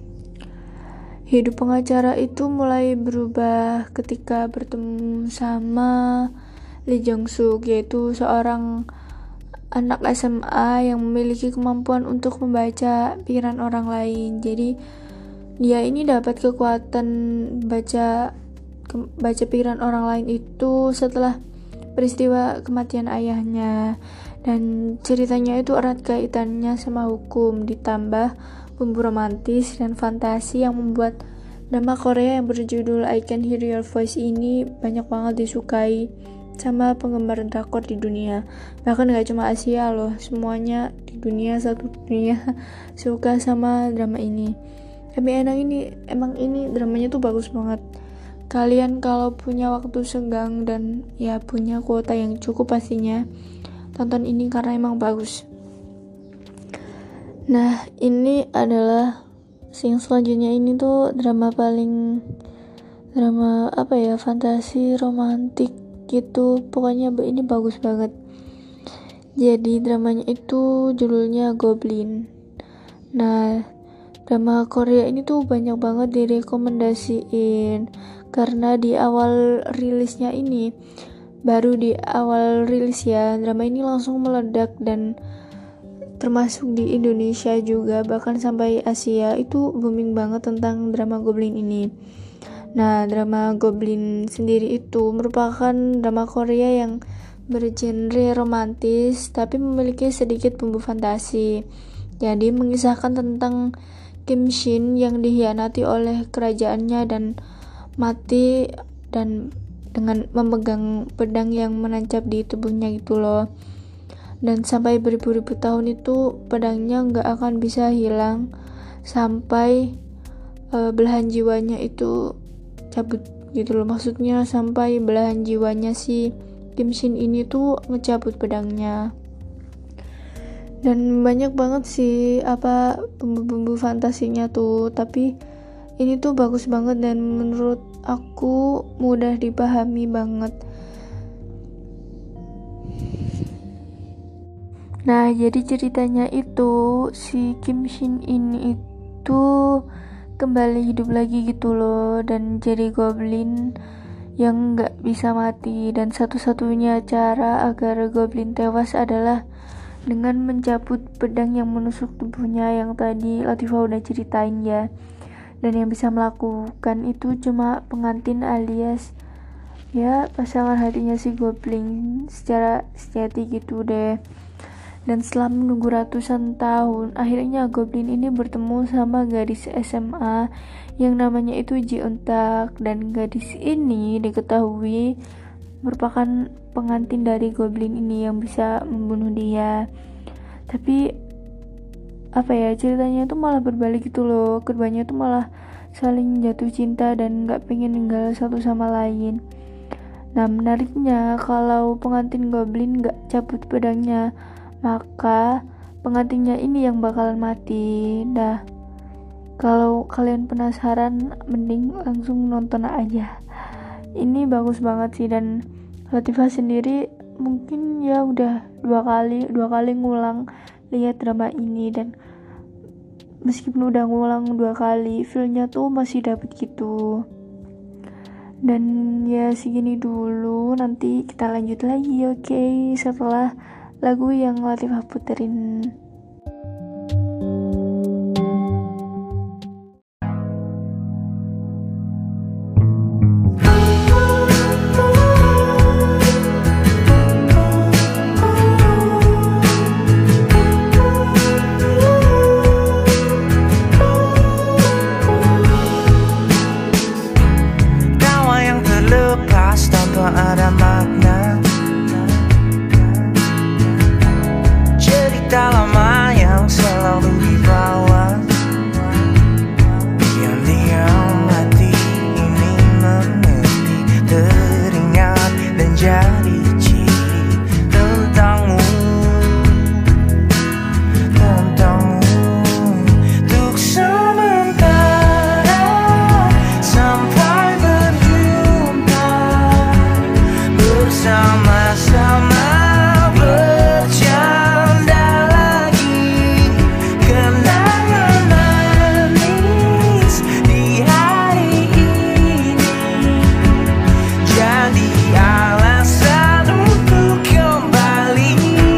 hidup pengacara itu mulai berubah ketika bertemu sama Lee Jong Suk, yaitu seorang anak SMA yang memiliki kemampuan untuk membaca pikiran orang lain. Jadi dia ini dapat kekuatan baca pikiran orang lain itu setelah peristiwa kematian ayahnya. Dan ceritanya itu erat kaitannya sama hukum ditambah bumbu romantis dan fantasi yang membuat drama Korea yang berjudul I Can Hear Your Voice ini banyak banget disukai sama penggemar drakor di dunia. Bahkan gak cuma Asia loh, semuanya di dunia, satu dunia suka sama drama ini. Tapi emang ini dramanya tuh bagus banget. Kalian kalau punya waktu senggang dan ya punya kuota yang cukup pastinya tonton ini karena emang bagus. Nah, ini adalah yang selanjutnya. Ini tuh drama fantasi romantik gitu. Pokoknya ini bagus banget. Jadi dramanya itu judulnya Goblin. Nah, drama Korea ini tuh banyak banget direkomendasiin karena di awal rilisnya ini, baru di awal rilis ya, drama ini langsung meledak dan termasuk di Indonesia juga, bahkan sampai Asia itu booming banget tentang drama Goblin ini. Nah, drama Goblin sendiri itu merupakan drama Korea yang bergenre romantis tapi memiliki sedikit bumbu fantasi. Jadi mengisahkan tentang Kim Shin yang dikhianati oleh kerajaannya dan mati dan dengan memegang pedang yang menancap di tubuhnya gitu loh. Dan sampai beribu-ribu tahun itu pedangnya nggak akan bisa hilang sampai belahan jiwanya itu cabut gitu loh. Maksudnya sampai belahan jiwanya si Kim Shin ini tuh ngecabut pedangnya. Dan banyak banget sih bumbu-bumbu fantasinya tuh, tapi ini tuh bagus banget dan menurut aku mudah dipahami banget. Nah, jadi ceritanya itu si Kim Shin ini itu kembali hidup lagi gitu loh, dan jadi goblin yang gak bisa mati. Dan satu-satunya cara agar goblin tewas adalah dengan mencabut pedang yang menusuk tubuhnya yang tadi Latifah udah ceritain ya. Dan yang bisa melakukan itu cuma pengantin alias ya pasangan hatinya si goblin secara sejati gitu deh. Dan setelah menunggu ratusan tahun, akhirnya goblin ini bertemu sama gadis SMA yang namanya itu Ji Eun-tak. Dan gadis ini diketahui merupakan pengantin dari goblin ini yang bisa membunuh dia. Tapi ceritanya tuh malah berbalik gitu loh. Keduanya tuh malah saling jatuh cinta dan gak pengen ninggal satu sama lain. Nah, menariknya kalau pengantin goblin gak cabut pedangnya, maka pengantinnya ini yang bakalan mati. Nah, kalau kalian penasaran, mending langsung nonton aja. Ini bagus banget sih, dan Latifah sendiri mungkin ya udah dua kali ngulang lihat drama ini, dan meskipun udah ngulang 2 kali, feel-nya tuh masih dapet gitu. Dan ya segini dulu, nanti kita lanjut lagi oke, setelah lagu yang Latifah puterin. Ada makna cerita lama yang selalu dibawa, diam-diam hati ini mengerti, teringat dan jadi ciri tentangmu untuk sementara sampai berjumpa bersama-sama bercanda lagi, kenangan manis di hari ini jadi alasan untuk kembali.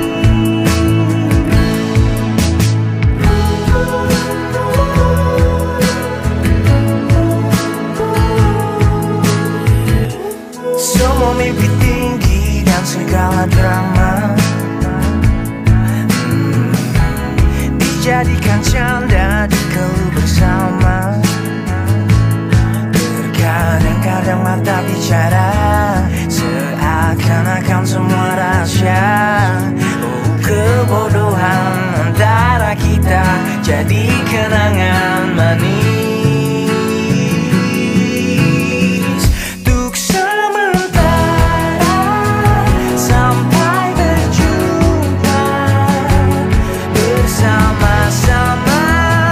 Semua mimpi tinggi dan segala drama dijadikan canda di keluh bersama. Terkadang-kadang mata bicara seakan-akan semua rahasia. Oh, kebodohan antara kita jadi kenangan manis. Untuk sementara sampai berjumpa bersama-sama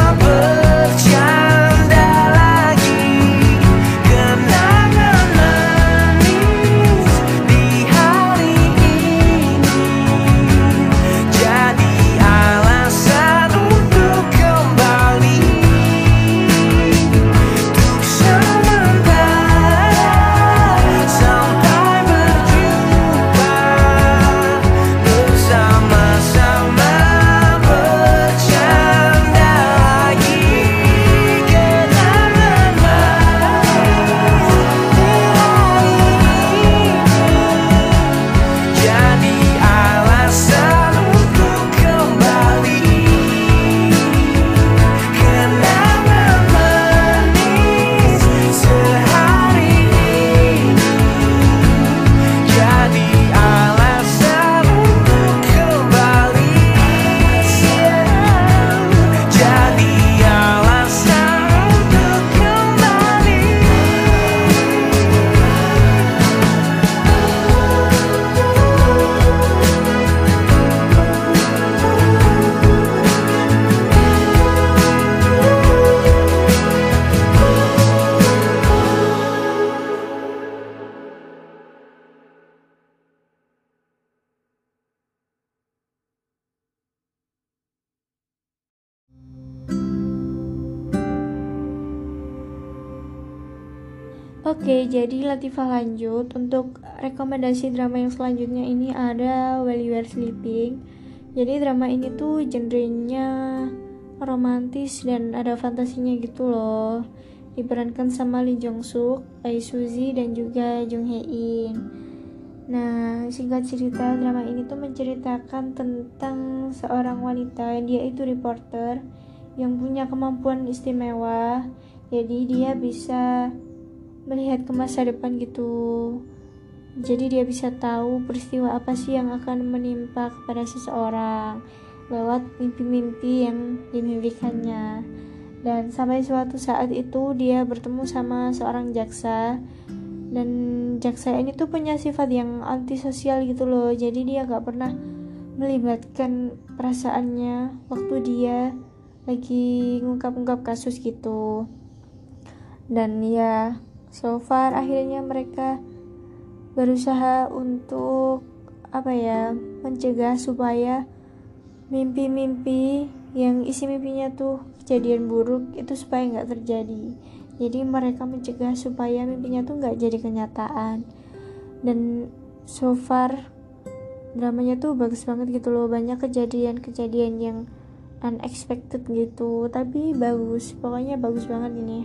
bercanda lagi, kenangan manis di hari ini jadi alasan untuk kembali. Oke, jadi Latifah lanjut. Untuk rekomendasi drama yang selanjutnya ini ada While You Were Sleeping. Jadi drama ini tuh genrenya romantis dan ada fantasinya gitu loh. Diperankan sama Lee Jong Suk, Ai Suzy, dan juga Jung Hae In. Nah, singkat cerita, drama ini tuh menceritakan tentang seorang wanita. Dia itu reporter yang punya kemampuan istimewa. Jadi dia bisa melihat ke masa depan gitu. Jadi dia bisa tahu peristiwa apa sih yang akan menimpa kepada seseorang lewat mimpi-mimpi yang dimimpikannya. Dan sampai suatu saat itu dia bertemu sama seorang jaksa. Dan jaksa ini tuh punya sifat yang antisosial gitu loh. Jadi dia gak pernah melibatkan perasaannya waktu dia lagi ngungkap-ngungkap kasus gitu. Dan ya, so far akhirnya mereka berusaha untuk mencegah supaya mimpi-mimpi yang isi mimpinya tuh kejadian buruk itu supaya nggak terjadi. Jadi mereka mencegah supaya mimpinya tuh nggak jadi kenyataan. Dan so far dramanya tuh bagus banget gitu loh. Banyak kejadian-kejadian yang unexpected gitu, tapi bagus. Pokoknya bagus banget ini.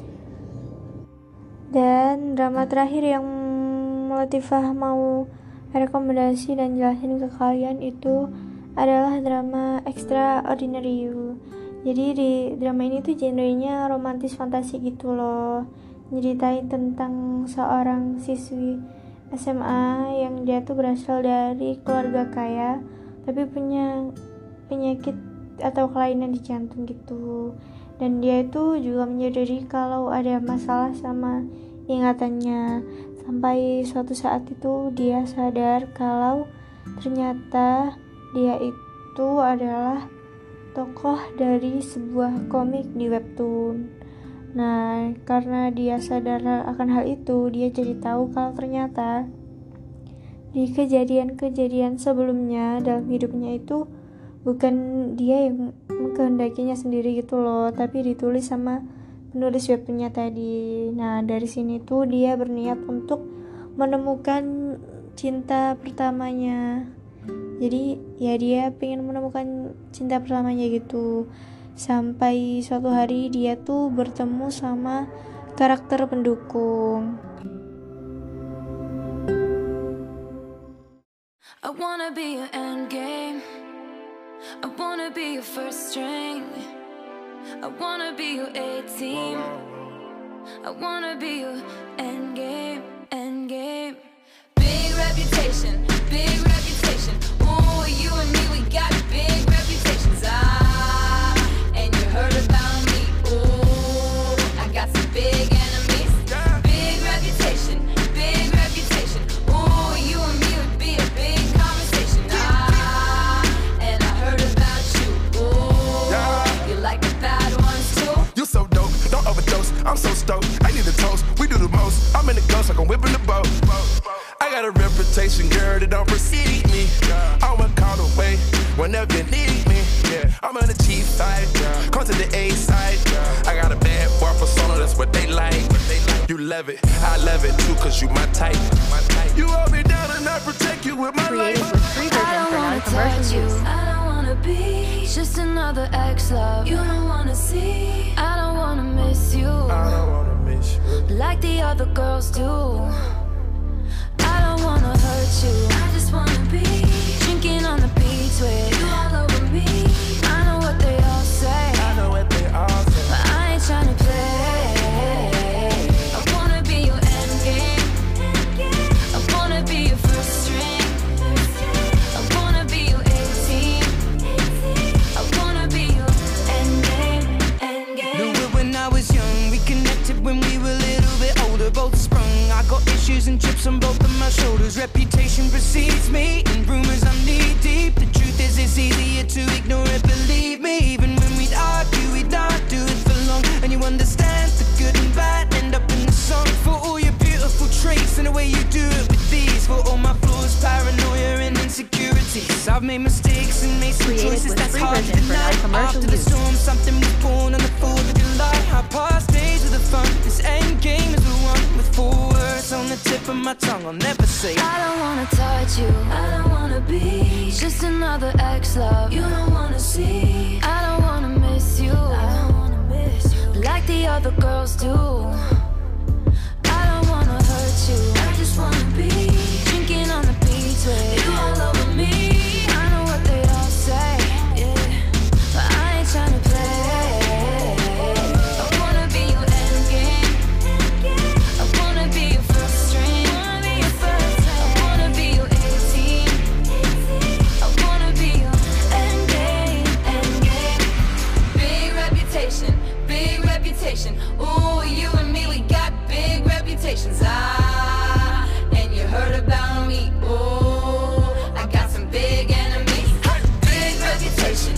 Dan drama terakhir yang Latifah mau rekomendasi dan jelasin ke kalian itu adalah drama Extraordinary You. Jadi di drama ini tuh genrenya romantis fantasi gitu loh. Nyeritain tentang seorang siswi SMA yang dia tuh berasal dari keluarga kaya tapi punya penyakit atau kelainan di jantung gitu. Dan dia itu juga menyadari kalau ada masalah sama ingatannya. Sampai suatu saat itu dia sadar kalau ternyata dia itu adalah tokoh dari sebuah komik di webtoon. Nah, karena dia sadar akan hal itu, dia jadi tahu kalau ternyata di kejadian-kejadian sebelumnya dalam hidupnya itu bukan dia yang mengkehendakinya sendiri gitu loh, tapi ditulis sama penulis webtoonnya tadi. Nah, dari sini tuh dia berniat untuk menemukan cinta pertamanya. Jadi ya dia pengen menemukan cinta pertamanya gitu. Sampai suatu hari dia tuh bertemu sama karakter pendukung. I wanna be your end game. I wanna be your first string. I wanna be your A-team. I wanna be your end game, end game. Big reputation, big reputation. Ooh, you and me, we got big reputations. And you heard about me. Ooh, I got some big enemies. Big reputation, big reputation. Ooh, you and me would be a big conversation. And I heard about you. Ooh, you like the bad ones too. You so dope, don't overdose. I'm so stoked, I need a toast. We do the most. I'm in the ghost like I'm whipping the boat. I got a reputation, girl, that don't precede me. I'ma call away whenever you need me. I'm on the cheap side, come to the A side. I got a bad boy persona, that's what they like. You love it, I love it too, cause you my type. You hold me down and I protect you with my life. Created with free version for non-commercial use. I don't wanna be just another ex-love. You don't wanna see, I don't wanna miss you. I don't wanna miss you. Like the other girls do. I don't wanna hurt you, I just wanna be drinking on the beach with you all over me. I know what they all say, I know what they all say. but I ain't tryna play. I wanna be your end game. I wanna be your first string. I wanna be your A-team. I wanna be your end game, end game. Knew it when I was young. We connected when we were a little bit older. Both sprung. I got issues and chips on both of my shoulders. Reputation precedes me, and rumors I'm knee deep. The truth is it's easier to ignore it, believe me. Even when we'd argue, we'd not do it for long. And you understand the good and bad end up in the song. For all your beautiful traits and the way you do it with these. For all my flaws, paranoia and insecurities. I've made mistakes and made some Created choices with that's free hard to version for deny. non-commercial After the use. storm, something was born on the 4th of July. Our past days of the fun, this end game is the one with kiss on the tip of my tongue. I'll never say I don't wanna touch you, I don't wanna be just another ex-love you don't wanna see. I don't wanna miss you, I don't wanna miss you like the other girls do. I don't wanna hurt you, I just wanna be drinking on the beach with you all over me. I know what they all say, yeah, but I ain't tryna play. I wanna be your endgame, I wanna be your first string, I wanna be your 18, I wanna be your endgame, endgame. Big reputation, ooh, you and me, we got big reputations. And you heard about me, ooh, I got some big enemies. Big reputation,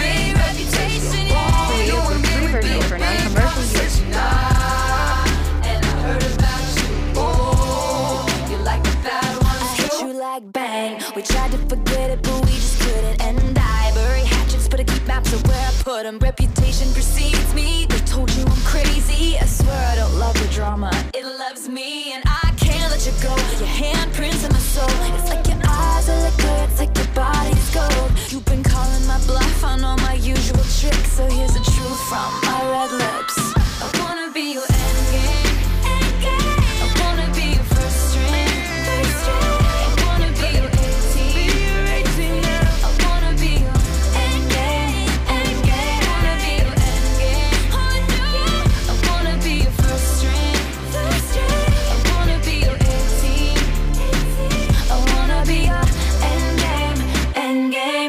ooh, you and me, we built big conversation. And I heard about you, ooh, you like the bad ones too. I hit you like bang, we tried to forget it, but we just couldn't. And I bury hatchets, but I keep maps of where I put them. Reputation precedes me, they told you I'm crazy. I swear I don't love the drama, it loves me. And I can't let you go, your handprints in my soul. It's like your eyes are liquor, it's like your body's gold. You've been calling my bluff on all my usual tricks, so here's the truth from my red lips. I wanna be your endgame, I wanna be your first string, I wanna be your 18, I wanna be your endgame, I wanna be your endgame, I wanna be your first string, I wanna be your 18, I wanna be your endgame, endgame.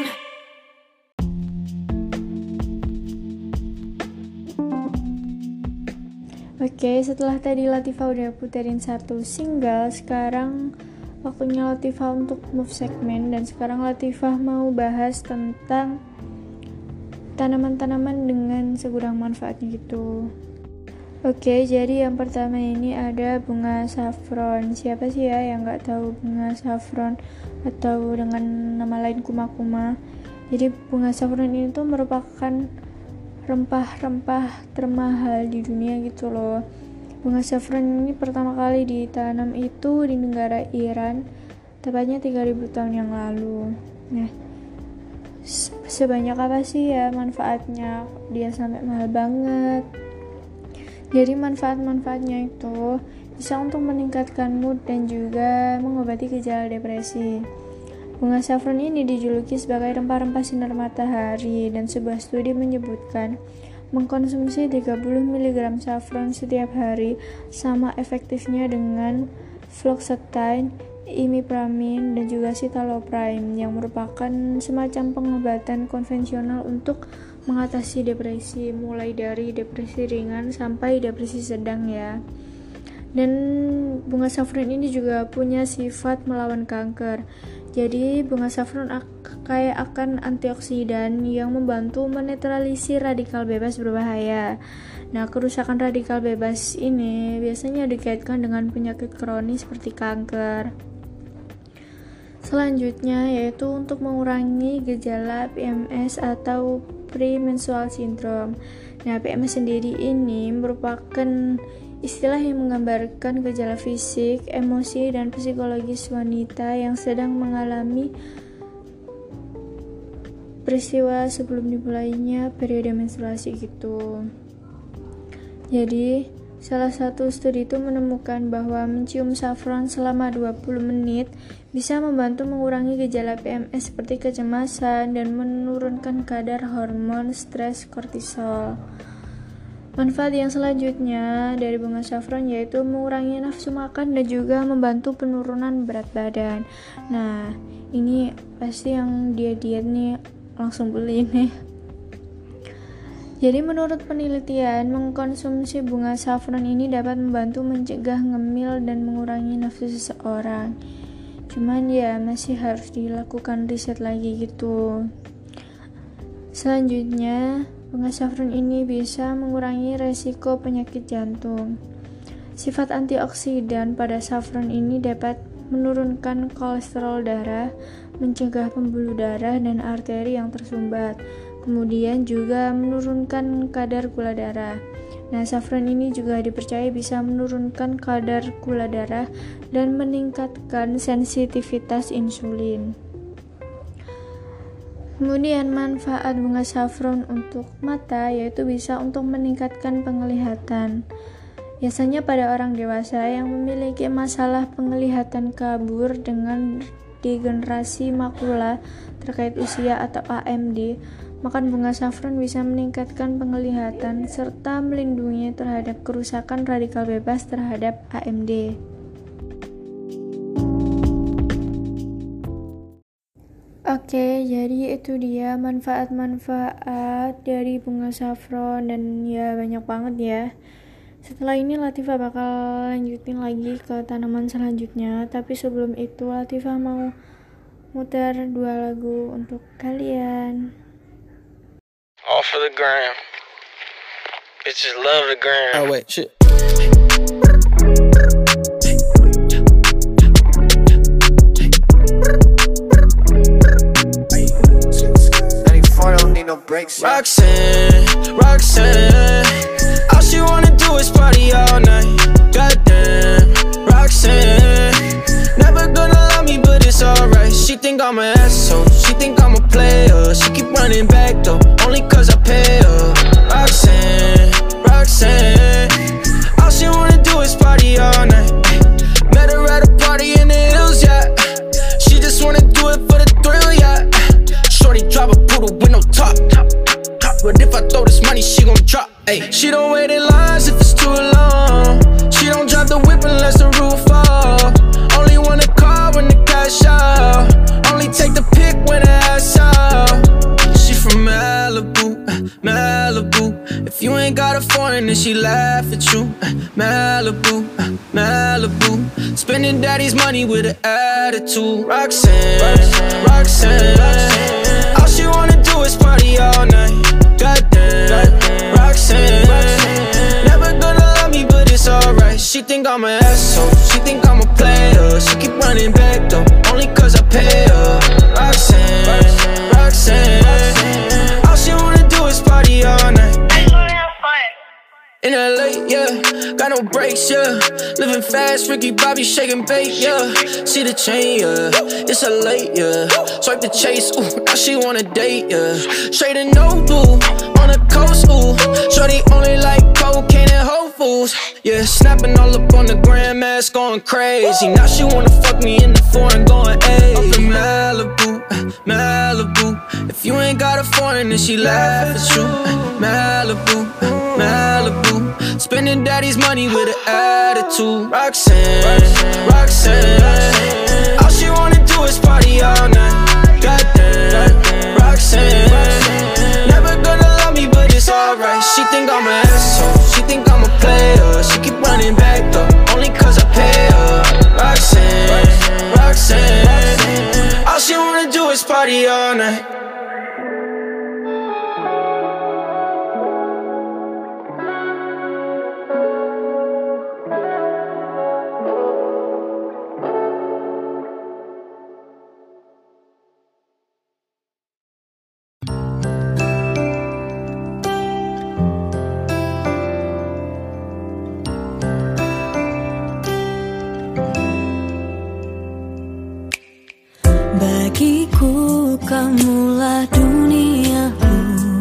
Oke, setelah tadi Latifah udah puterin satu single, sekarang waktunya Latifah untuk move segmen. Dan sekarang Latifah mau bahas tentang tanaman-tanaman dengan segudang manfaatnya gitu. Oke, jadi yang pertama ini ada bunga saffron. Siapa sih ya yang gak tahu bunga saffron atau dengan nama lain kuma-kuma? Jadi bunga saffron ini tuh merupakan rempah-rempah termahal di dunia gitu loh. Bunga saffron ini pertama kali ditanam itu di negara Iran, tepatnya 3000 tahun yang lalu. Nah, sebanyak apa sih ya manfaatnya? Dia sampai mahal banget. Jadi manfaat-manfaatnya itu bisa untuk meningkatkan mood dan juga mengobati gejala depresi. Bunga saffron ini dijuluki sebagai rempah-rempah sinar matahari, dan sebuah studi menyebutkan mengkonsumsi 30 mg saffron setiap hari sama efektifnya dengan fluoxetine, imipramine, dan juga citalopram yang merupakan semacam pengobatan konvensional untuk mengatasi depresi, mulai dari depresi ringan sampai depresi sedang ya. Dan bunga saffron ini juga punya sifat melawan kanker. Jadi bunga saffron kaya akan antioksidan yang membantu menetralisir radikal bebas berbahaya. Nah, kerusakan radikal bebas ini biasanya dikaitkan dengan penyakit kronis seperti kanker. Selanjutnya yaitu untuk mengurangi gejala PMS atau premenstrual syndrome. Nah, PMS sendiri ini merupakan istilah yang menggambarkan gejala fisik, emosi, dan psikologis wanita yang sedang mengalami peristiwa sebelum dimulainya periode menstruasi gitu. Jadi, salah satu studi itu menemukan bahwa mencium saffron selama 20 menit bisa membantu mengurangi gejala PMS seperti kecemasan dan menurunkan kadar hormon stres kortisol. Manfaat yang selanjutnya dari bunga saffron yaitu mengurangi nafsu makan dan juga membantu penurunan berat badan. Nah, ini pasti yang diet nih langsung beli nih. Jadi menurut penelitian, mengkonsumsi bunga saffron ini dapat membantu mencegah ngemil dan mengurangi nafsu seseorang. Cuman ya masih harus dilakukan riset lagi gitu. Selanjutnya, bunga saffron ini bisa mengurangi resiko penyakit jantung. Sifat antioksidan pada saffron ini dapat menurunkan kolesterol darah, mencegah pembuluh darah dan arteri yang tersumbat. Kemudian juga menurunkan kadar gula darah. Nah, saffron ini juga dipercaya bisa menurunkan kadar gula darah dan meningkatkan sensitivitas insulin. Kemudian manfaat bunga saffron untuk mata yaitu bisa untuk meningkatkan penglihatan. Biasanya pada orang dewasa yang memiliki masalah penglihatan kabur dengan degenerasi makula terkait usia atau AMD, makan bunga saffron bisa meningkatkan penglihatan serta melindungi terhadap kerusakan radikal bebas terhadap AMD. Oke, jadi itu dia manfaat-manfaat dari bunga saffron dan ya banyak banget ya. Setelah ini Latifah bakal lanjutin lagi ke tanaman selanjutnya, tapi sebelum itu Latifah mau muter 2 lagu untuk kalian. All for the gram. Bitches love the gram. Oh wait, shit. Roxanne, all she wanna do is party all night. Goddamn, Roxanne, never gonna love me, but it's alright. She think I'm an asshole, she think I'm a player. She keep running back though, only cause I pay her. Roxanne, all she wanna do is party all night. Met her at a party in the hills, yeah. She just wanna do it for the thrill, yeah. Shorty drive a poodle with no top. But if I throw this money, she gon' drop. Ay. She don't wait in lines if it's too long. She don't drive the whip unless the roof fall. Only wanna call when the cash out. Only take the pic when the ass out. She from Malibu, Malibu. If you ain't got a foreign, then she laugh at you. Malibu, Malibu. Spending daddy's money with an attitude. Roxanne, all she wanna do is party all night. Goddamn, Roxanne, never gonna love me, but it's alright. She think I'm an asshole, she think I'm a player. She keep running back though, only cause I pay her. Roxanne, all she wanna do is party all night. In LA, yeah, got no brakes, yeah. Living fast, Ricky Bobby shaking bait, yeah. See the chain, yeah, it's a late, yeah. Swipe the chase, ooh, now she wanna date, yeah. Straight and no blue, on the coast, ooh. Shorty only like cocaine and Whole Foods, yeah. Snapping all up on the grandmas, going crazy. Now she wanna fuck me in the foreign, going ayy. Up in Malibu, Malibu. If you ain't got a foreign, then she laugh at you. Malibu, Malibu. Spending daddy's money with an attitude. Roxanne, all she wanna do is party all night. Goddamn, Roxanne, never gonna love me, but it's alright. She think I'm an asshole, she think I'm a player. She keep running back though, only cause I pay her. Roxanne, all she wanna do is party all night. Bagiku kamulah duniaku,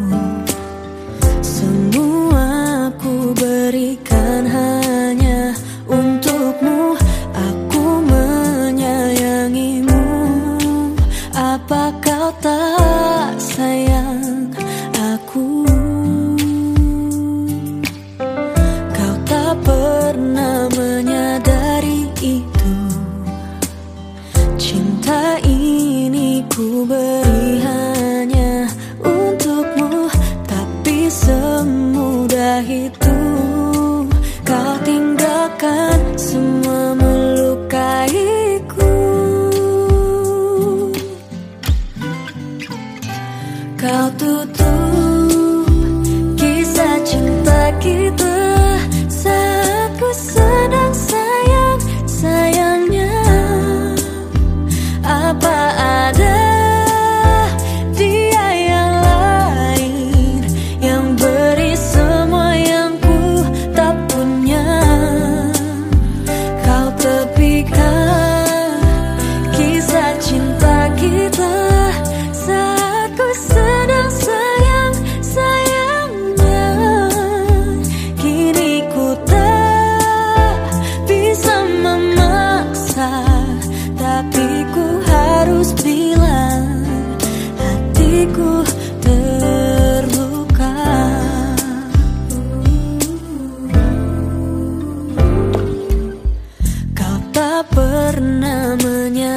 semua ku berikan hanya untukmu. Aku menyayangimu, apa kau tak sayang aku? Kau tak pernah menyadari itu. Cinta ini ku beri hanya untukmu, tapi semudah itu kau tinggalkan semua melukaiku. Kau tutup kisah cinta kita saat ku sedang sayang-sayangnya. Apa ada di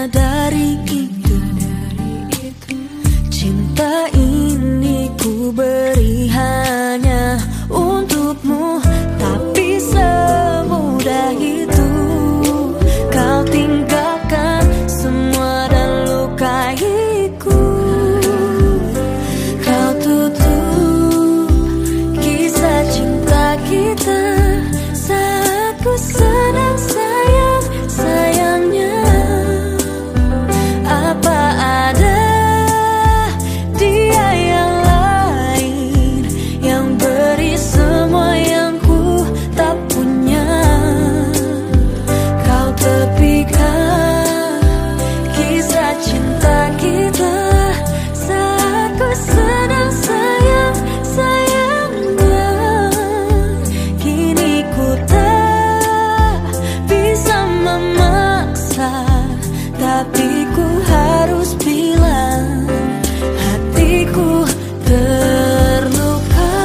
dari itu, cinta ini ku beri hanya untukmu. Tapi semudah itu kau tinggalkan semua dan lukaiku. Kau tutup kisah cinta kita saat ku sedang sayang-sayangnya. Apa ada dia yang lain yang beri semua yang ku tak punya? Kau tepikan kisah cinta kita saat ku sedang sayang-sayangnya. Kini ku tak bisa memaksa, tapi ku harus bilang hatiku terluka.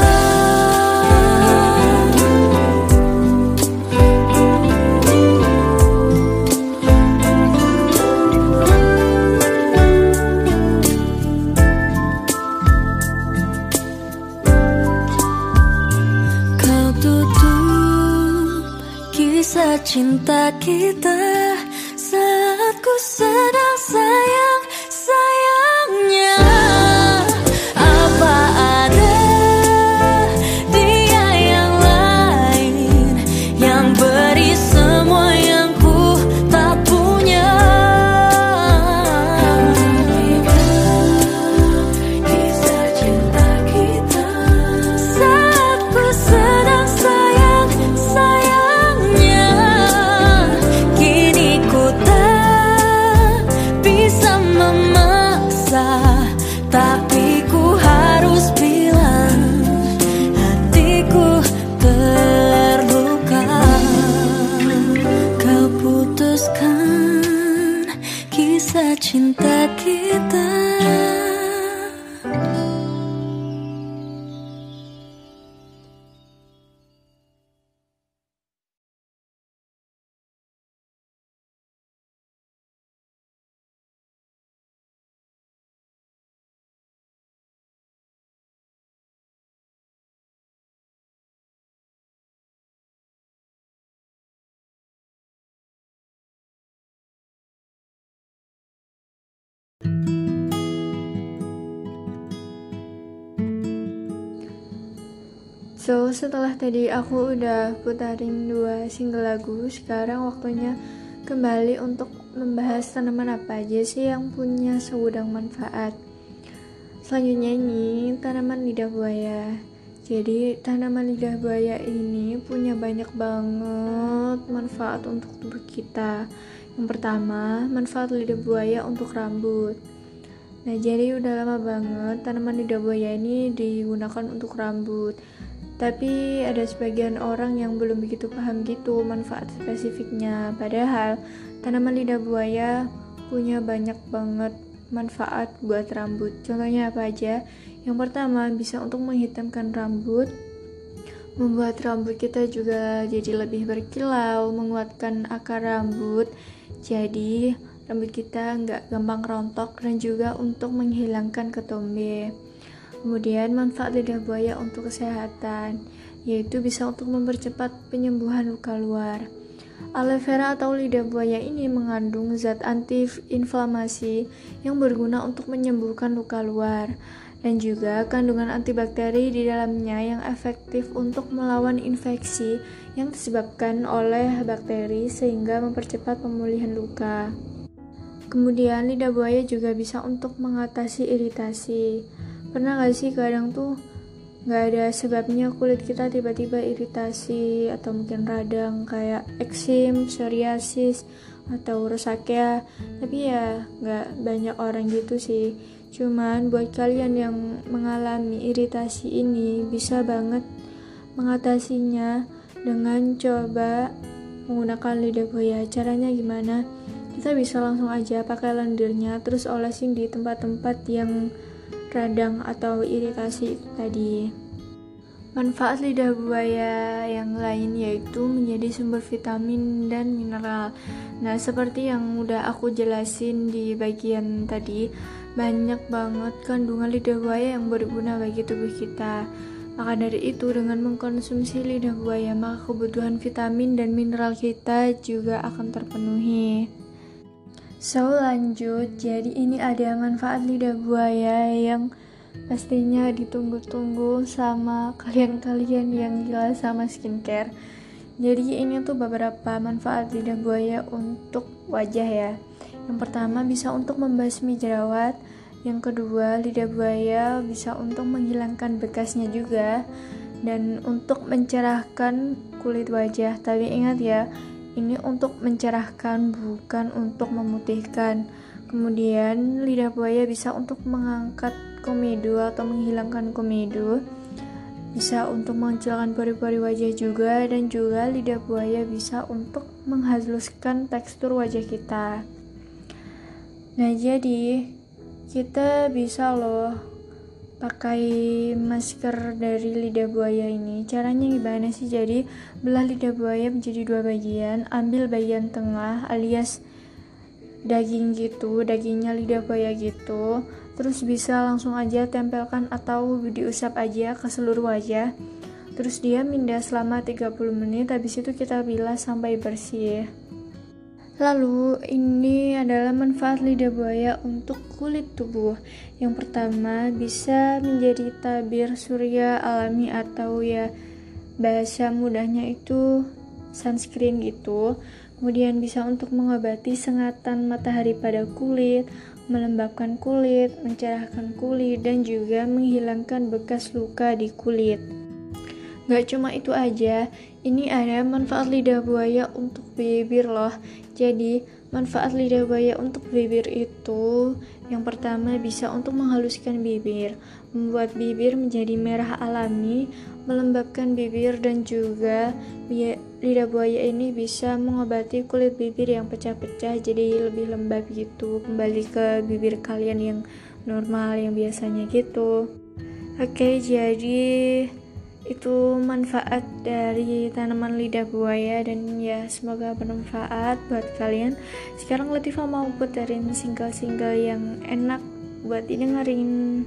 Kau tutup kisah cinta kita saat ku sedang sayang-sayangnya. Apa ada dia yang lain yang beri semua yang ku tak punya? Kisah cinta kita saat ku sedang sayang-sayangnya. Kini ku tak bisa memaksa, tapi ku harus bilang hatiku terluka. Kau putuskan kisah cinta kita. So, setelah tadi aku udah putarin 2 single lagu, sekarang waktunya kembali untuk membahas tanaman apa aja sih yang punya segudang manfaat. Selanjutnya ini tanaman lidah buaya. Jadi tanaman lidah buaya ini punya banyak banget manfaat untuk tubuh kita. Yang pertama, manfaat lidah buaya untuk rambut. Nah, jadi udah lama banget tanaman lidah buaya ini digunakan untuk rambut. Tapi ada sebagian orang yang belum begitu paham gitu manfaat spesifiknya. Padahal tanaman lidah buaya punya banyak banget manfaat buat rambut. Contohnya apa aja? Yang pertama, bisa untuk menghitamkan rambut, membuat rambut kita juga jadi lebih berkilau, menguatkan akar rambut, jadi rambut kita nggak gampang rontok, dan juga untuk menghilangkan ketombe. Kemudian manfaat lidah buaya untuk kesehatan, yaitu bisa untuk mempercepat penyembuhan luka luar. Aloe vera atau lidah buaya ini mengandung zat anti-inflamasi yang berguna untuk menyembuhkan luka luar, dan juga kandungan antibakteri di dalamnya yang efektif untuk melawan infeksi yang disebabkan oleh bakteri sehingga mempercepat pemulihan luka. Kemudian lidah buaya juga bisa untuk mengatasi iritasi. Pernah gak sih kadang tuh gak ada sebabnya kulit kita tiba-tiba iritasi atau mungkin radang kayak eksim, psoriasis, atau rosacea. Tapi ya gak banyak orang gitu sih. Cuman buat kalian yang mengalami iritasi ini, bisa banget mengatasinya dengan coba menggunakan lidah buaya. Caranya gimana? Kita bisa langsung aja pakai lendirnya, terus olesin di tempat-tempat yang radang atau iritasi itu tadi. Manfaat lidah buaya yang lain yaitu menjadi sumber vitamin dan mineral. Nah, seperti yang udah aku jelasin di bagian tadi, banyak banget kandungan lidah buaya yang berguna bagi tubuh kita. Maka dari itu, dengan mengkonsumsi lidah buaya, maka kebutuhan vitamin dan mineral kita juga akan terpenuhi. So, lanjut. Jadi ini ada manfaat lidah buaya yang pastinya ditunggu-tunggu sama kalian-kalian yang gila sama skincare. Jadi ini tuh beberapa manfaat lidah buaya untuk wajah ya. Yang pertama, bisa untuk membasmi jerawat. Yang kedua, lidah buaya bisa untuk menghilangkan bekasnya juga dan untuk mencerahkan kulit wajah. Tapi ingat ya, ini untuk mencerahkan, bukan untuk memutihkan. Kemudian lidah buaya bisa untuk mengangkat komedo atau menghilangkan komedo, bisa untuk mengecilkan pori-pori wajah juga, dan juga lidah buaya bisa untuk menghaluskan tekstur wajah kita. Nah, jadi kita bisa loh pakai masker dari lidah buaya ini. Caranya gimana sih? Jadi belah lidah buaya menjadi 2 bagian, ambil bagian tengah alias daging gitu, dagingnya lidah buaya gitu. Terus bisa langsung aja tempelkan atau diusap aja ke seluruh wajah. Terus dia mindah selama 30 menit, habis itu kita bilas sampai bersih. Lalu ini adalah manfaat lidah buaya untuk kulit tubuh. Yang pertama, bisa menjadi tabir surya alami atau ya bahasa mudahnya itu sunscreen gitu. Kemudian bisa untuk mengobati sengatan matahari pada kulit, melembabkan kulit, mencerahkan kulit, dan juga menghilangkan bekas luka di kulit. Gak cuma itu aja, ini ada manfaat lidah buaya untuk bibir loh. Jadi manfaat lidah buaya untuk bibir itu, yang pertama bisa untuk menghaluskan bibir, membuat bibir menjadi merah alami, melembabkan bibir, dan juga lidah buaya ini bisa mengobati kulit bibir yang pecah-pecah jadi lebih lembab gitu, kembali ke bibir kalian yang normal yang biasanya gitu. Oke, jadi itu manfaat dari tanaman lidah buaya, dan ya semoga bermanfaat buat kalian. Sekarang Latifah mau puterin single-single yang enak buat didengerin.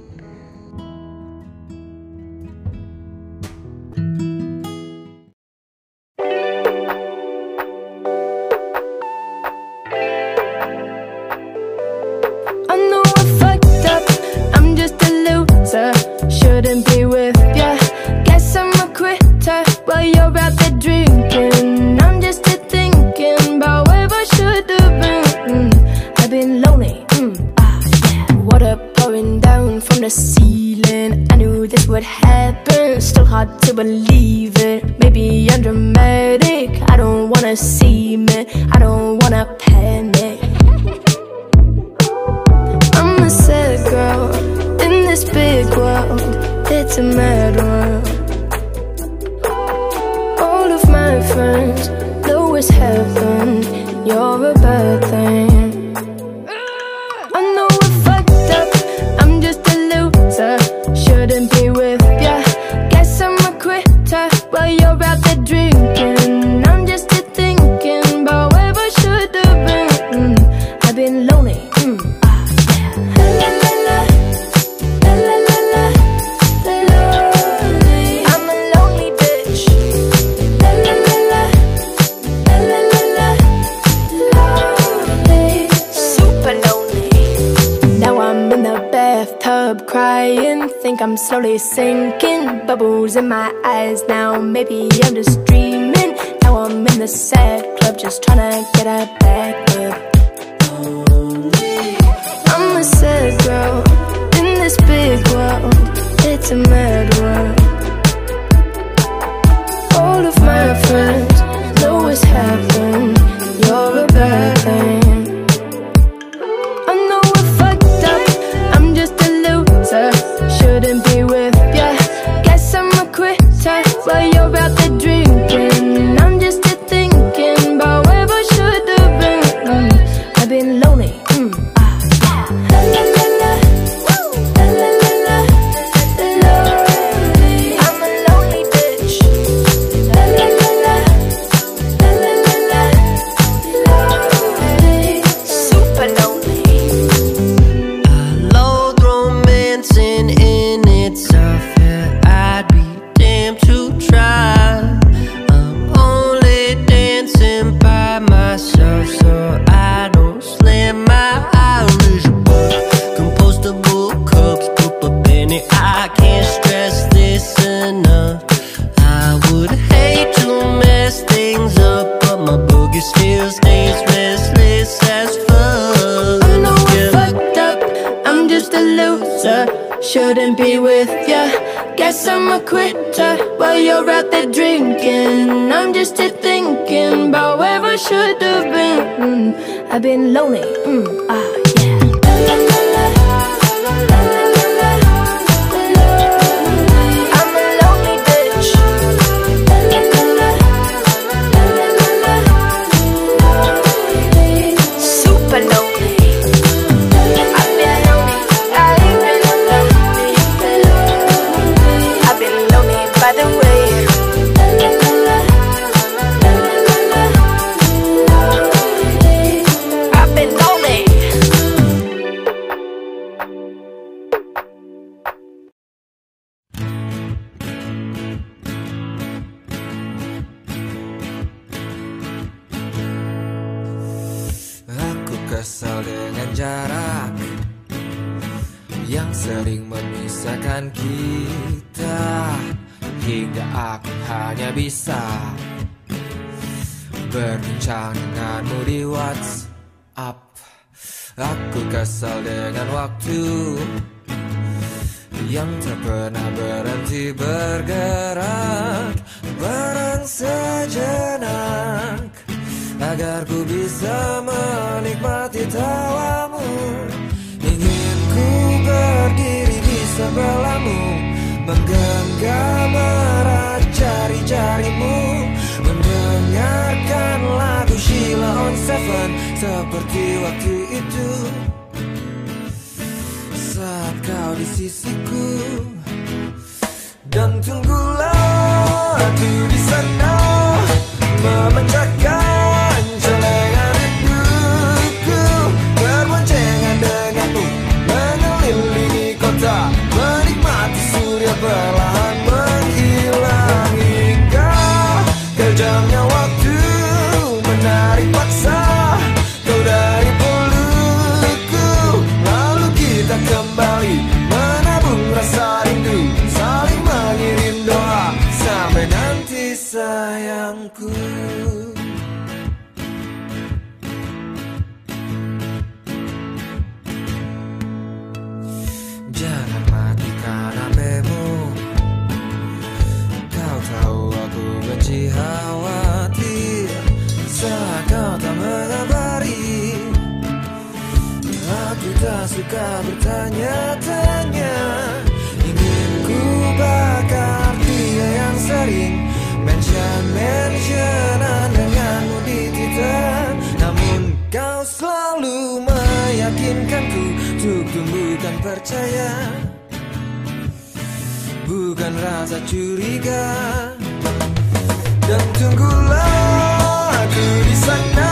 I know I fucked up, I'm just a loser, shouldn't be with ya. I'm a quitter while you're out there drinking. I'm just thinking about where I should have been. I've been lonely, yeah. Water pouring down from the ceiling. I knew this would happen, still hard to believe it. Maybe I'm dramatic, I don't wanna see me, I don't wanna panic. I'm a sad girl in this big world, it's a mad world. My friends know it's heaven, you're a bad thing. I know I fucked up, I'm just a loser, shouldn't be with ya. Guess I'm a quitter while you're out there drinking. I'm just thinking about where I should have been. I've been lonely, yeah. La la la, la la la la, lonely. I'm a lonely bitch. Bathtub crying, think I'm slowly sinking. Bubbles in my eyes now, maybe I'm just dreaming. Now I'm in the sad club, just tryna get a back up. I'm a sad girl in this big world, it's a mad world. All of my friends know it's happened, you're a bad thing. Shouldn't be with ya. Guess I'm a quitter while you're out there drinking. I'm just thinking about where I should have been. loser, shouldn't be with ya. Guess I'm a quitter while you're out there drinking. I'm just here thinking about where I should have been. I've been lonely, Kesal dengan jarak yang sering memisahkan kita, hingga aku hanya bisa berbincang denganmu di WhatsApp. Aku kesal dengan waktu yang tak pernah berhenti bergerak, barang sejenak agar ku bisa menikmati tawamu. Ingin ku berdiri di sebelahmu, menggenggam erat jari-jarimu, mendengarkan lagu Sheila on Seven seperti waktu itu saat kau di sisiku. Dan tunggulah aku di sana memecahkan celengan rinduku, berboncengan denganmu mengelilingi kota, menikmati surya perlahan menghilang, hingga kejamnya waktu menarik paksa kau dari pelukku. Lalu kita kembali menabung rasa rindu, saling mengirim doa sampai nanti sayangku. Jangan matikan HP-mu, kau tahu aku benci khawatir saat kau tak mengabari. Aku tak suka bertanya-tanya, ingin ku bakar dia yang sering mention-mentionan denganmu di Twitter. Namun kau selalu meyakinkanku untuk tumbuhkan percaya, bukan rasa curiga. Dan tunggulah aku di sana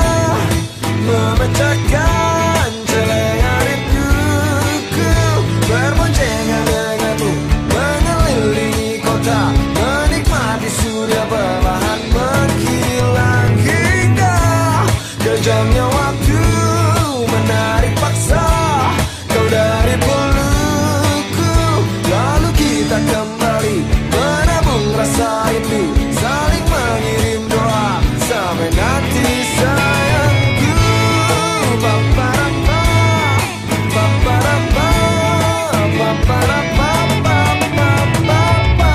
memecahkan celengan rinduku, berboncengan denganmu mengelilingi kota, menikmati surya perlahan menghilang, hingga kejamnya waktu menarik paksa kau dari pelukku. Lalu kita kembali menabung rasa rindu, saling mengirim doa sampai nanti sayangku. Paparapa, paparapa, paparapa, paparapa.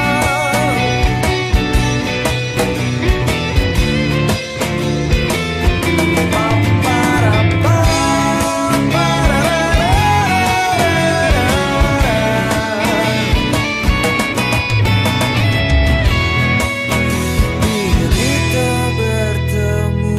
Hingga kita bertemu.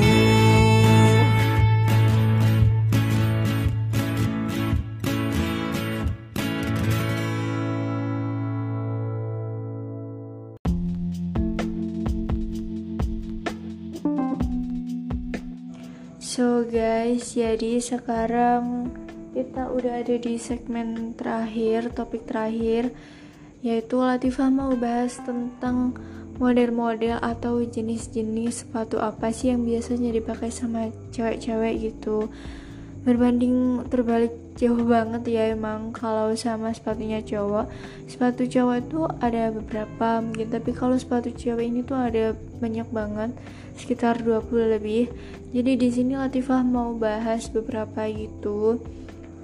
So guys, jadi sekarang kita udah ada di segmen terakhir, topik terakhir, yaitu Latifah mau bahas tentang model-model atau jenis-jenis sepatu apa sih yang biasanya dipakai sama cewek-cewek gitu. Berbanding terbalik jauh banget ya emang kalau sama sepatunya cowok. Sepatu cowok itu ada beberapa mungkin, tapi kalau sepatu cewek ini tuh ada banyak banget, sekitar 20 lebih. Jadi di sini Latifah mau bahas beberapa gitu.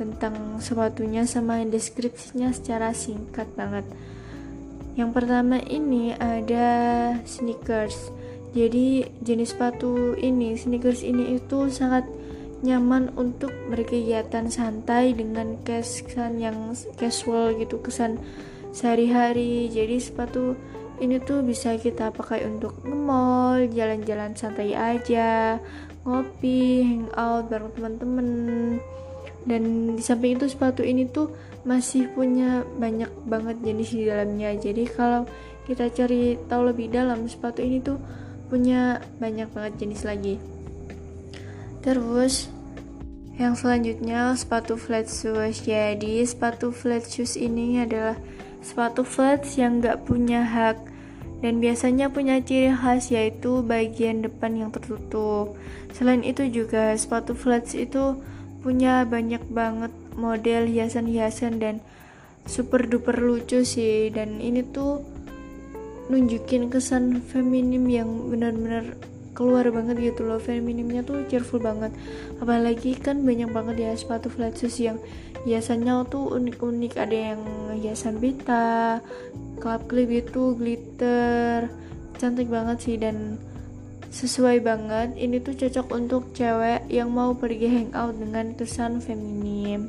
tentang sepatunya sama deskripsinya secara singkat banget. Yang pertama ini ada sneakers. Jadi jenis sepatu ini, sneakers ini itu sangat nyaman untuk berkegiatan santai dengan kesan yang casual gitu, kesan sehari-hari. Jadi sepatu ini tuh bisa kita pakai untuk nge-mall, jalan-jalan santai aja, ngopi, hangout bareng teman-teman. Dan di samping itu sepatu ini tuh masih punya banyak banget jenis di dalamnya. Jadi kalau kita cari tahu lebih dalam, sepatu ini tuh punya banyak banget jenis lagi. Terus yang selanjutnya sepatu flat shoes. Jadi sepatu flat shoes ini adalah sepatu flats yang gak punya hak dan biasanya punya ciri khas yaitu bagian depan yang tertutup. Selain itu juga sepatu flats itu punya banyak banget model hiasan-hiasan dan super duper lucu sih, dan ini tuh nunjukin kesan feminim yang benar-benar keluar banget gitu loh. Feminimnya tuh cheerful banget, apalagi kan banyak banget ya sepatu flat shoes yang hiasannya tuh unik-unik. Ada yang hiasan pita, klip gitu, glitter, cantik banget sih dan sesuai banget. Ini tuh cocok untuk cewek yang mau pergi hangout dengan kesan feminim.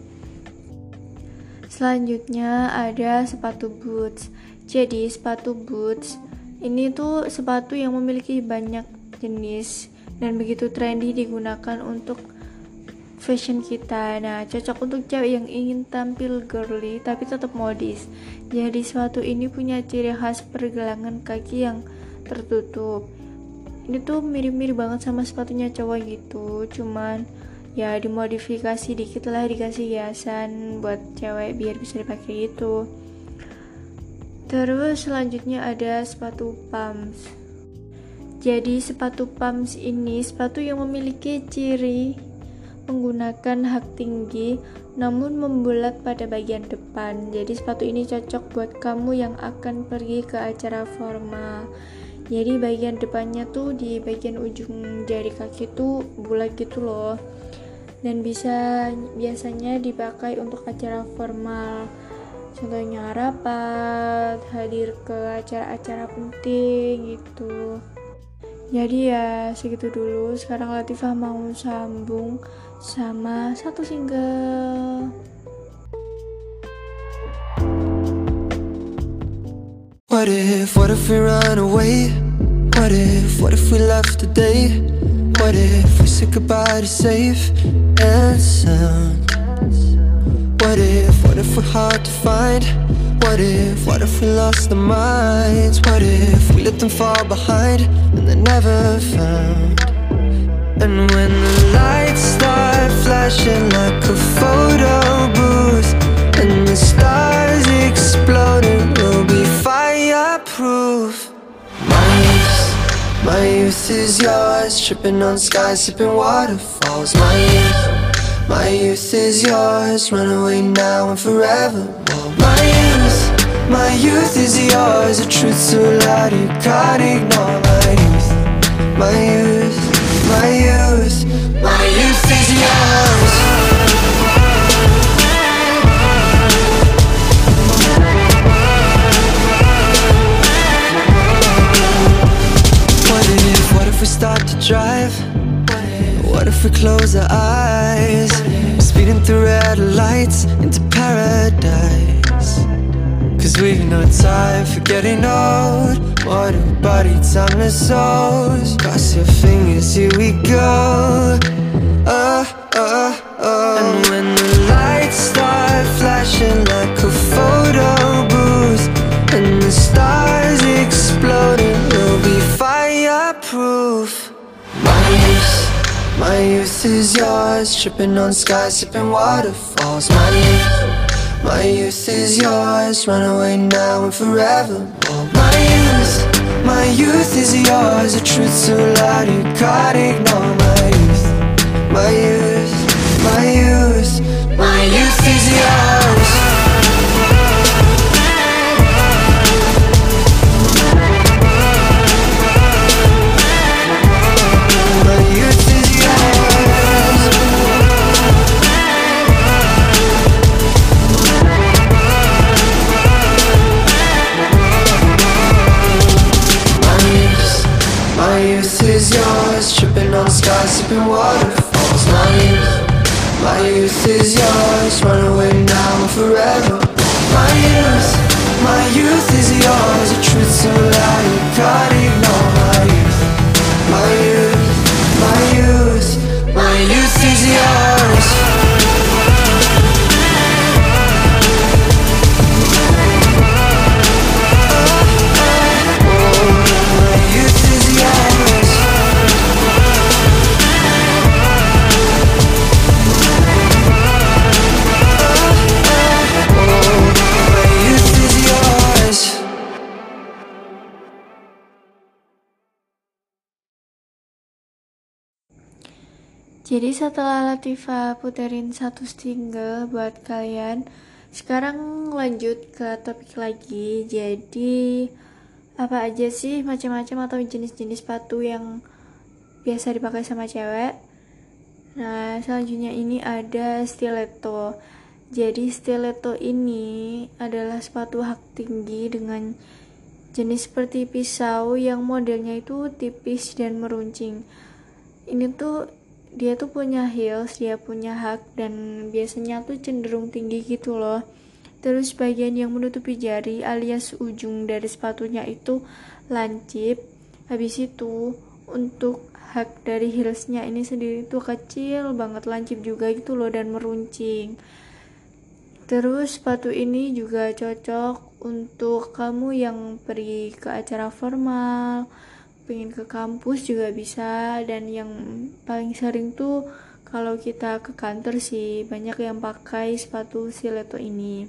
Selanjutnya ada sepatu boots. Jadi sepatu boots ini tuh sepatu yang memiliki banyak jenis dan begitu trendy digunakan untuk fashion kita. Nah, cocok untuk cewek yang ingin tampil girly tapi tetap modis. Jadi sepatu ini punya ciri khas pergelangan kaki yang tertutup. Ini tuh mirip-mirip banget sama sepatunya cowok gitu, cuman ya dimodifikasi dikit lah, dikasih hiasan buat cewek biar bisa dipakai gitu. Terus selanjutnya ada sepatu pumps. Jadi sepatu pumps ini sepatu yang memiliki ciri menggunakan hak tinggi namun membulat pada bagian depan. Jadi sepatu ini cocok buat kamu yang akan pergi ke acara formal. Jadi bagian depannya tuh di bagian ujung jari kaki tuh bulat gitu loh, dan biasanya dipakai untuk acara formal, contohnya rapat, hadir ke acara-acara penting gitu. Jadi ya segitu dulu. Sekarang Latifah mau sambung sama satu single. What if we run away? What if we left today? What if we said goodbye to safe and sound? What if we're hard to find? What if we lost our minds? What if we let them fall behind and they're never found? And when the lights start flashing like a photo booth and the stars exploding, we'll be fireproof. My youth is yours, tripping on skies, sipping waterfalls. My youth is yours, run away now and forever. My youth is yours, the truth so loud you can't ignore. My youth is yours. What if we start to drive? What if we close our eyes? Speeding through red lights into paradise. Cause we've no time for getting old. Mortal body, timeless souls. Cross your fingers, here we go. And when the lights start flashing like a photo booth and the stars exploding, we'll be fireproof. My youth is yours, tripping on skies, sipping waterfalls. My youth is yours, run away now and forever. My youth is yours, the truth so loud you can't ignore. My youth is yours. My youth is yours. in waterfalls. My youth is yours. Run away now or forever. My youth is yours. The truth so loud you can't ignore. My youth is yours. Jadi setelah Latifah puterin satu single buat kalian, sekarang lanjut ke topik lagi. Jadi apa aja sih macam-macam atau jenis-jenis sepatu yang biasa dipakai sama cewek? Nah, selanjutnya ini ada stiletto. Jadi stiletto ini adalah sepatu hak tinggi dengan jenis seperti pisau yang modelnya itu tipis dan meruncing. Ini tuh dia tuh punya heels, dia punya hak, dan biasanya tuh cenderung tinggi gitu loh. Terus bagian yang menutupi jari alias ujung dari sepatunya itu lancip. Habis itu untuk hak dari heelsnya ini sendiri tuh kecil banget, lancip juga gitu loh dan meruncing. Terus sepatu ini juga cocok untuk kamu yang pergi ke acara formal, pengen ke kampus juga bisa, dan yang paling sering tuh kalau kita ke kantor sih banyak yang pakai sepatu stiletto ini.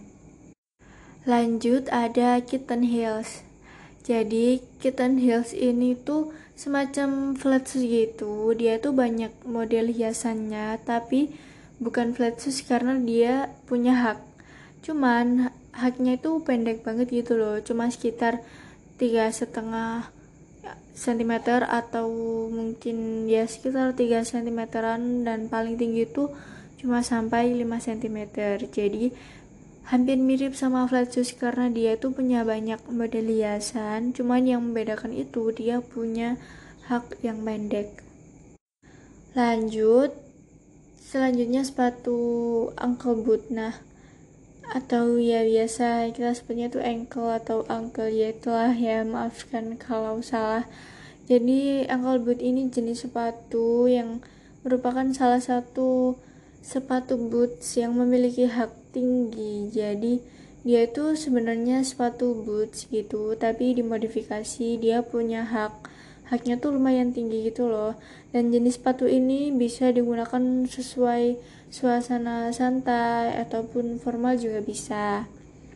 Lanjut ada kitten heels. Jadi kitten heels ini tuh semacam flat shoes gitu. Dia tuh banyak model hiasannya, tapi bukan flat shoes karena dia punya hak. Cuman haknya itu pendek banget gitu loh, cuma sekitar 3,5 cm atau mungkin ya sekitar 3 cm-an, dan paling tinggi itu cuma sampai 5 cm. Jadi hampir mirip sama flat shoes karena dia tuh punya banyak model hiasan, cuman yang membedakan itu dia punya hak yang pendek. Selanjutnya sepatu ankle boot. Nah, atau ya biasa kita sebutnya tuh ankle atau ankle, ya itulah ya, maafkan kalau salah. Jadi ankle boot ini jenis sepatu yang merupakan salah satu sepatu boots yang memiliki hak tinggi. Jadi dia itu sebenarnya sepatu boots gitu, tapi dimodifikasi, dia punya haknya tuh lumayan tinggi gitu loh. Dan jenis sepatu ini bisa digunakan sesuai suasana santai ataupun formal juga bisa.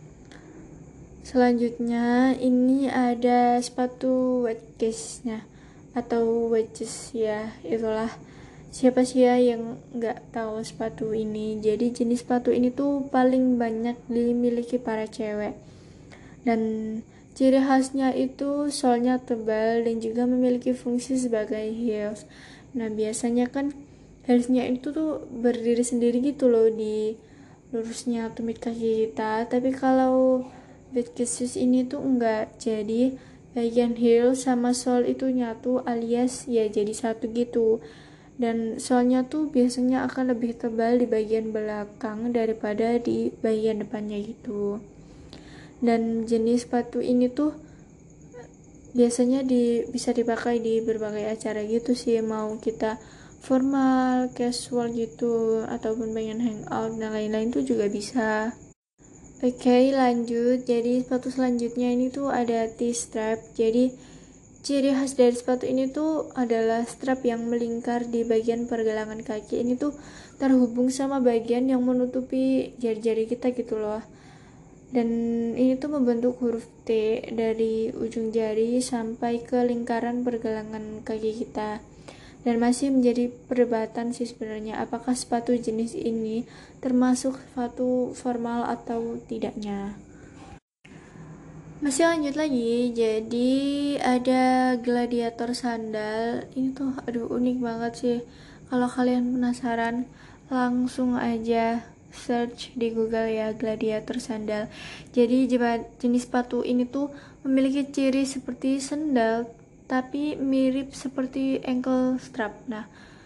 Selanjutnya ini ada sepatu wedges. Nah, atau wedges ya, itulah, siapa sih ya yang nggak tahu sepatu ini. Jadi jenis sepatu ini tuh paling banyak dimiliki para cewek, dan ciri khasnya itu solnya tebal dan juga memiliki fungsi sebagai heels. Nah, biasanya kan heelsnya itu tuh berdiri sendiri gitu loh di lurusnya tumit kaki kita, tapi kalau wedges shoes ini tuh enggak. Jadi bagian heel sama sol itu nyatu alias ya jadi satu gitu, dan solnya tuh biasanya akan lebih tebal di bagian belakang daripada di bagian depannya gitu. Dan jenis sepatu ini tuh biasanya bisa dipakai di berbagai acara gitu sih, mau kita formal, casual gitu, ataupun pengen hangout dan lain-lain tuh juga bisa. Oke, lanjut. Jadi sepatu selanjutnya ini tuh ada T-strap. Jadi ciri khas dari sepatu ini tuh adalah strap yang melingkar di bagian pergelangan kaki. Ini tuh terhubung sama bagian yang menutupi jari-jari kita gitu loh. Dan ini tuh membentuk huruf T dari ujung jari sampai ke lingkaran pergelangan kaki kita. Dan masih menjadi perdebatan sih sebenarnya apakah sepatu jenis ini termasuk sepatu formal atau tidaknya. Masih lanjut lagi, jadi ada gladiator sandal. Ini tuh unik banget sih. Kalau kalian penasaran, langsung aja search di Google ya, gladiator sandal. Jadi jenis sepatu ini tuh memiliki ciri seperti sandal tapi mirip seperti ankle strap. Nah,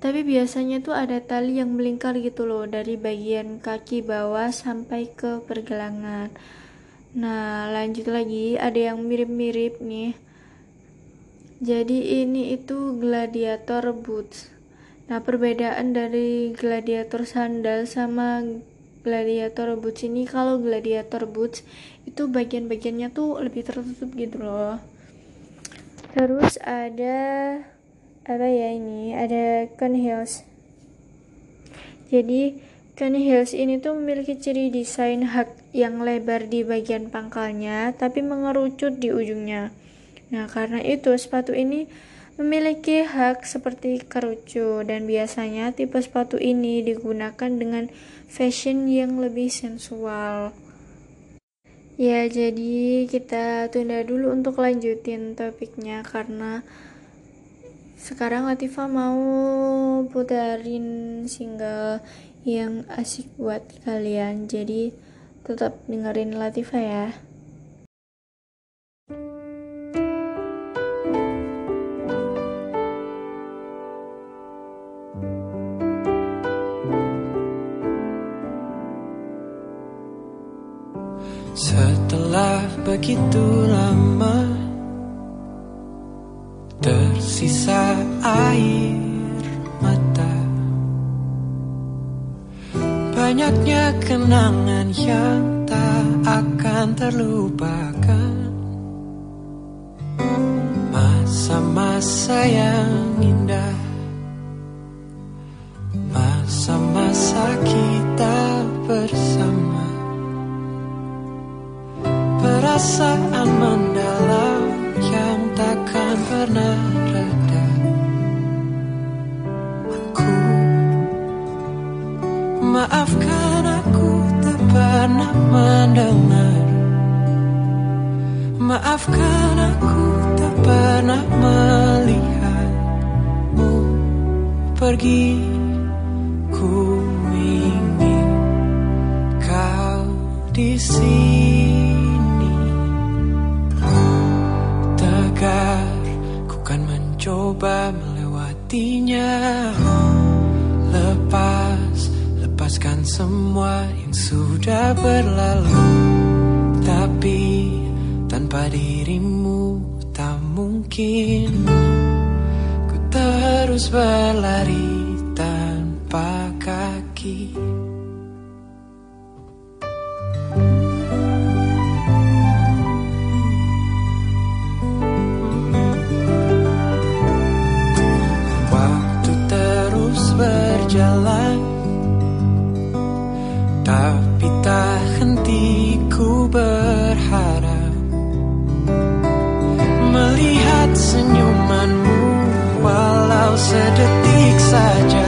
Tapi biasanya tuh ada tali yang melingkar gitu loh, dari bagian kaki bawah sampai ke pergelangan. Nah, lanjut lagi, ada yang mirip-mirip nih. Jadi ini itu gladiator boots. Nah, perbedaan dari gladiator sandal sama gladiator boots ini, kalau gladiator boots itu bagian-bagiannya tuh lebih tertutup gitu loh. Terus ada apa ya ini? Ada cone heels. Jadi cone heels ini tuh memiliki ciri desain hak yang lebar di bagian pangkalnya tapi mengerucut di ujungnya. Nah, karena itu sepatu ini memiliki hak seperti kerucut, dan biasanya tipe sepatu ini digunakan dengan fashion yang lebih sensual. Ya, jadi kita tunda dulu untuk lanjutin topiknya karena sekarang Latifah mau putarin single yang asik buat kalian. Jadi tetap dengerin Latifah ya. Setelah begitu lama tersisa air mata, banyaknya kenangan yang tak akan terlupakan, masa-masa yang indah, masa-masa kita bersama, perasaan mendalam yang takkan pernah reda. Maafkan aku tak pernah mendengar, maafkan aku tak pernah melihatmu pergi. Ku ingin kau di sini. Tegar ku kan mencoba melewatinya, lepaskan semua yang sudah berlalu. Tapi tanpa dirimu tak mungkin ku terus berlari tanpa kaki. Waktu terus berjalan, tapi tak henti ku berharap melihat senyumanmu walau sedetik saja.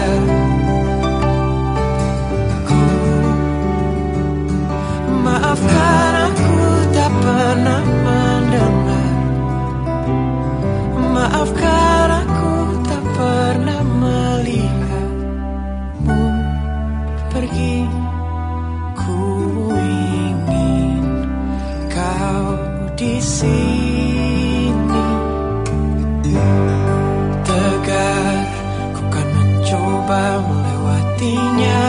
Maafkan aku tak pernah mendengar, maafkan aku tak pernah melihatmu pergi. Ku ingin kau di sini. Tegar ku kan mencoba melewatinya,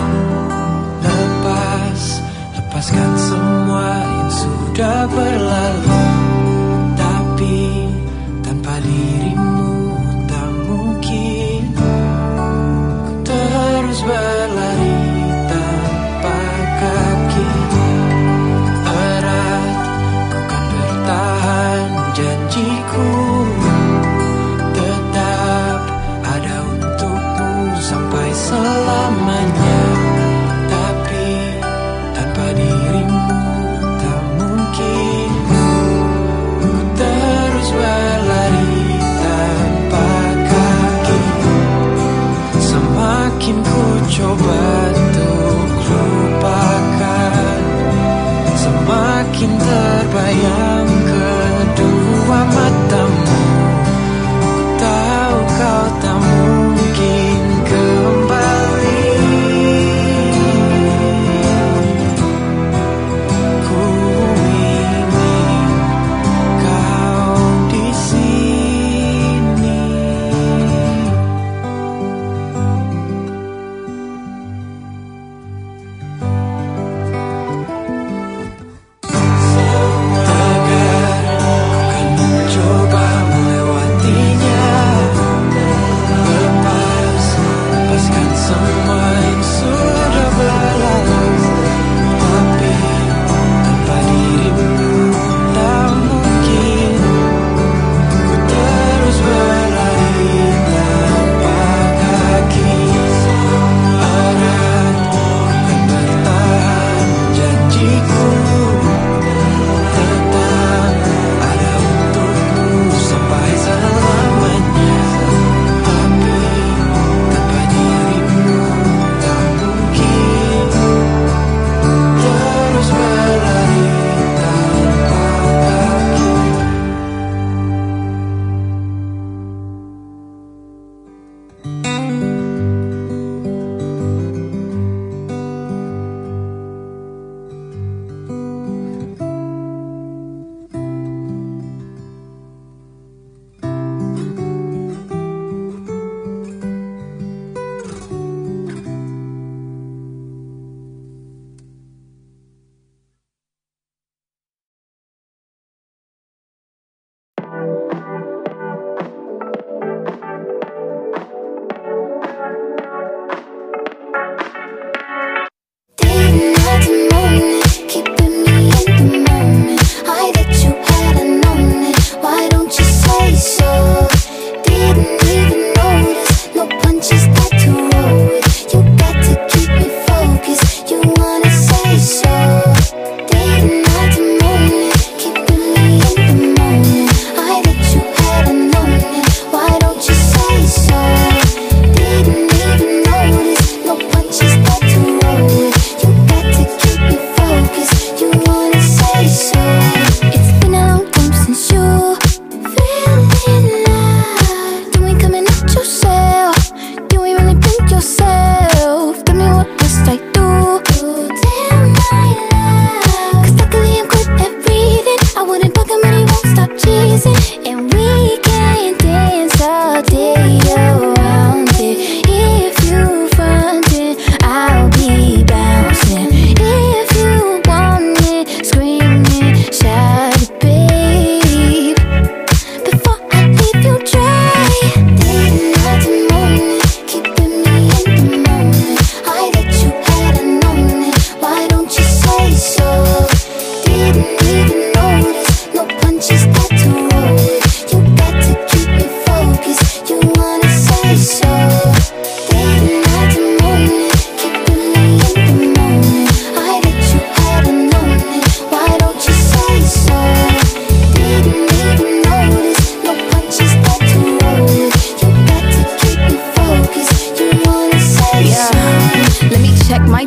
lepaskan semua yang sudah berlalu. Tapi tanpa dirimu tak mungkin ku terus berlari tanpa kaki. Erat ku kan bertahan, janjiku tetap ada untukmu sampai selamanya. Dirimu tak mungkin ku terus berlari tanpa kaki. Semakin ku coba untuk lupakan, semakin terbayang kedua matamu. Ku tahu kau tak mungkin kembali.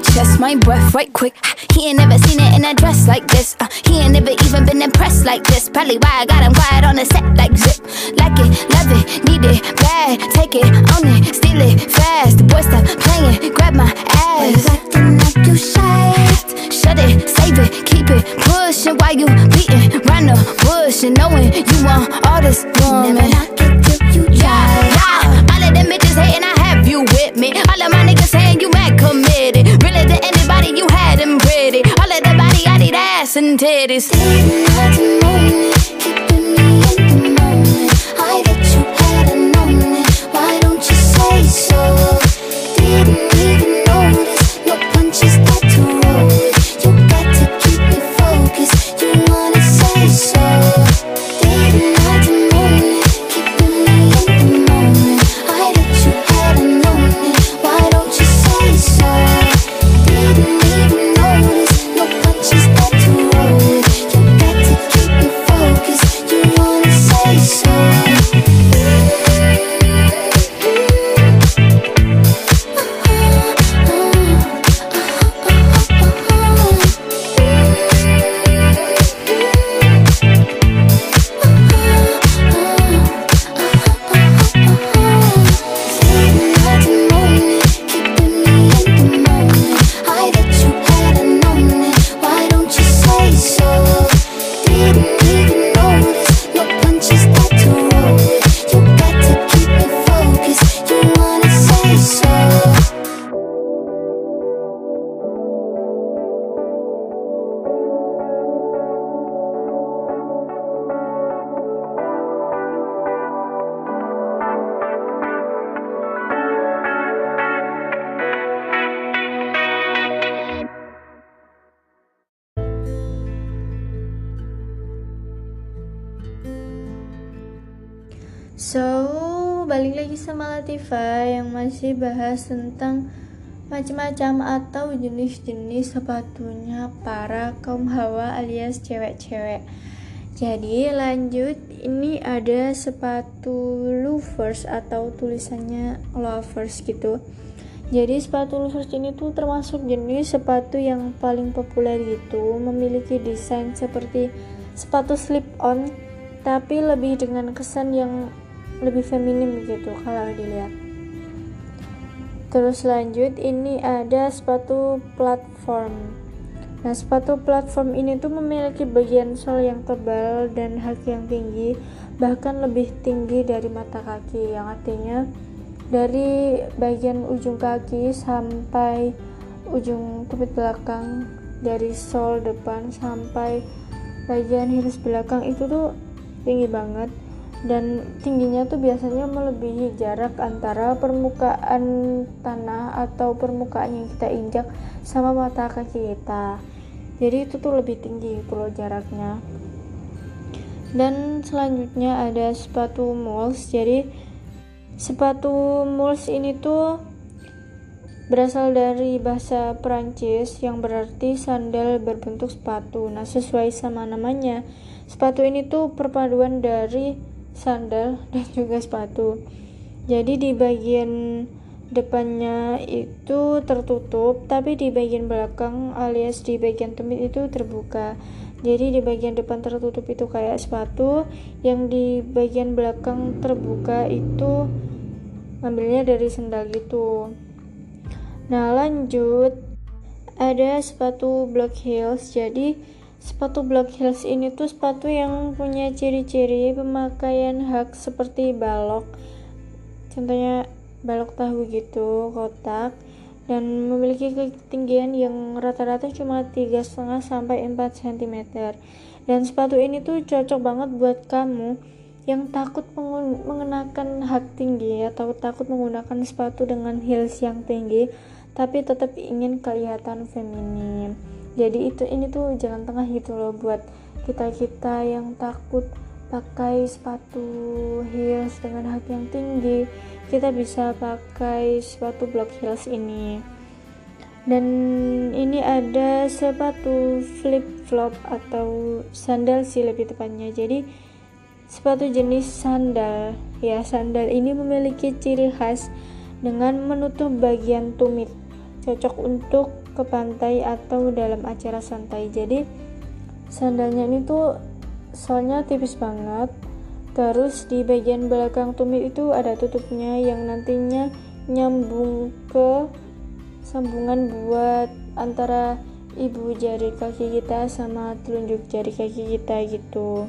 chest, my breath right quick. He ain't never seen it in a dress like this. He ain't never even been impressed like this. Probably why I got him quiet on the set like zip. Like it, love it, need it, bad. Take it, own it, steal it, fast. The boy stop playing, grab my ass. Acting like you shy. Shut it, save it, keep it pushing while you beating round the bush and knowing you want all this woman. Never knock it till you try. Yeah. All of them bitches hating, I have you with me. All of my niggas saying you mad committed. Really to anybody you had them pretty. All of the body, I need ass and titties. Didn't have to moan it, keeping me in the moment. I bet you hadn't known it. Why don't you say so? Didn't even notice. No punches got to roll it. You got to keep me focused. You wanna say so? Didn't have to moan it, keeping me in the moment. I bet you hadn't known it. Why don't you say so? Didn't even notice. No punches got to roll it. You got to keep me focused. You wanna say so? So, balik lagi sama Latifah yang masih bahas tentang macam-macam atau jenis-jenis sepatunya para kaum hawa alias cewek-cewek. Jadi lanjut, ini ada sepatu loafers atau tulisannya loafers gitu. Jadi sepatu loafers ini tuh termasuk jenis sepatu yang paling populer gitu, memiliki desain seperti sepatu slip on tapi lebih dengan kesan yang lebih feminim gitu kalau dilihat. Terus lanjut, ini ada sepatu platform. Nah, sepatu platform ini tuh memiliki bagian sol yang tebal dan kaki yang tinggi, bahkan lebih tinggi dari mata kaki, yang artinya dari bagian ujung kaki sampai ujung tumit belakang, dari sol depan sampai bagian heels belakang itu tuh tinggi banget. Dan tingginya tuh biasanya melebihi jarak antara permukaan tanah atau permukaan yang kita injak sama mata kaki kita. Jadi itu tuh lebih tinggi gitu loh jaraknya. Dan selanjutnya ada sepatu mules. Jadi sepatu mules ini tuh berasal dari bahasa Perancis yang berarti sandal berbentuk sepatu. Nah, sesuai sama namanya, sepatu ini tuh perpaduan dari sandal dan juga sepatu. Jadi di bagian depannya itu tertutup, tapi di bagian belakang alias di bagian tumit itu terbuka. Jadi di bagian depan tertutup itu kayak sepatu, yang di bagian belakang terbuka itu ngambilnya dari sandal gitu. Nah, lanjut ada sepatu block heels. Jadi sepatu block heels ini tuh sepatu yang punya ciri-ciri pemakaian khas seperti balok, contohnya balok tahu gitu, kotak, dan memiliki ketinggian yang rata-rata cuma 3,5 sampai 4 cm. Dan sepatu ini tuh cocok banget buat kamu yang takut mengenakan hak tinggi atau takut menggunakan sepatu dengan heels yang tinggi tapi tetap ingin kelihatan feminim. Jadi ini tuh jalan tengah gitu loh buat kita yang takut pakai sepatu heels dengan hak yang tinggi. Kita bisa pakai sepatu block heels ini. Dan ini ada sepatu flip flop atau sandal sih lebih tepatnya. Jadi sepatu jenis sandal. Ya, sandal ini memiliki ciri khas dengan menutup bagian tumit. Cocok untuk ke pantai atau dalam acara santai. Jadi sandalnya ini tuh soalnya tipis banget, terus di bagian belakang tumit itu ada tutupnya yang nantinya nyambung ke sambungan buat antara ibu jari kaki kita sama telunjuk jari kaki kita gitu.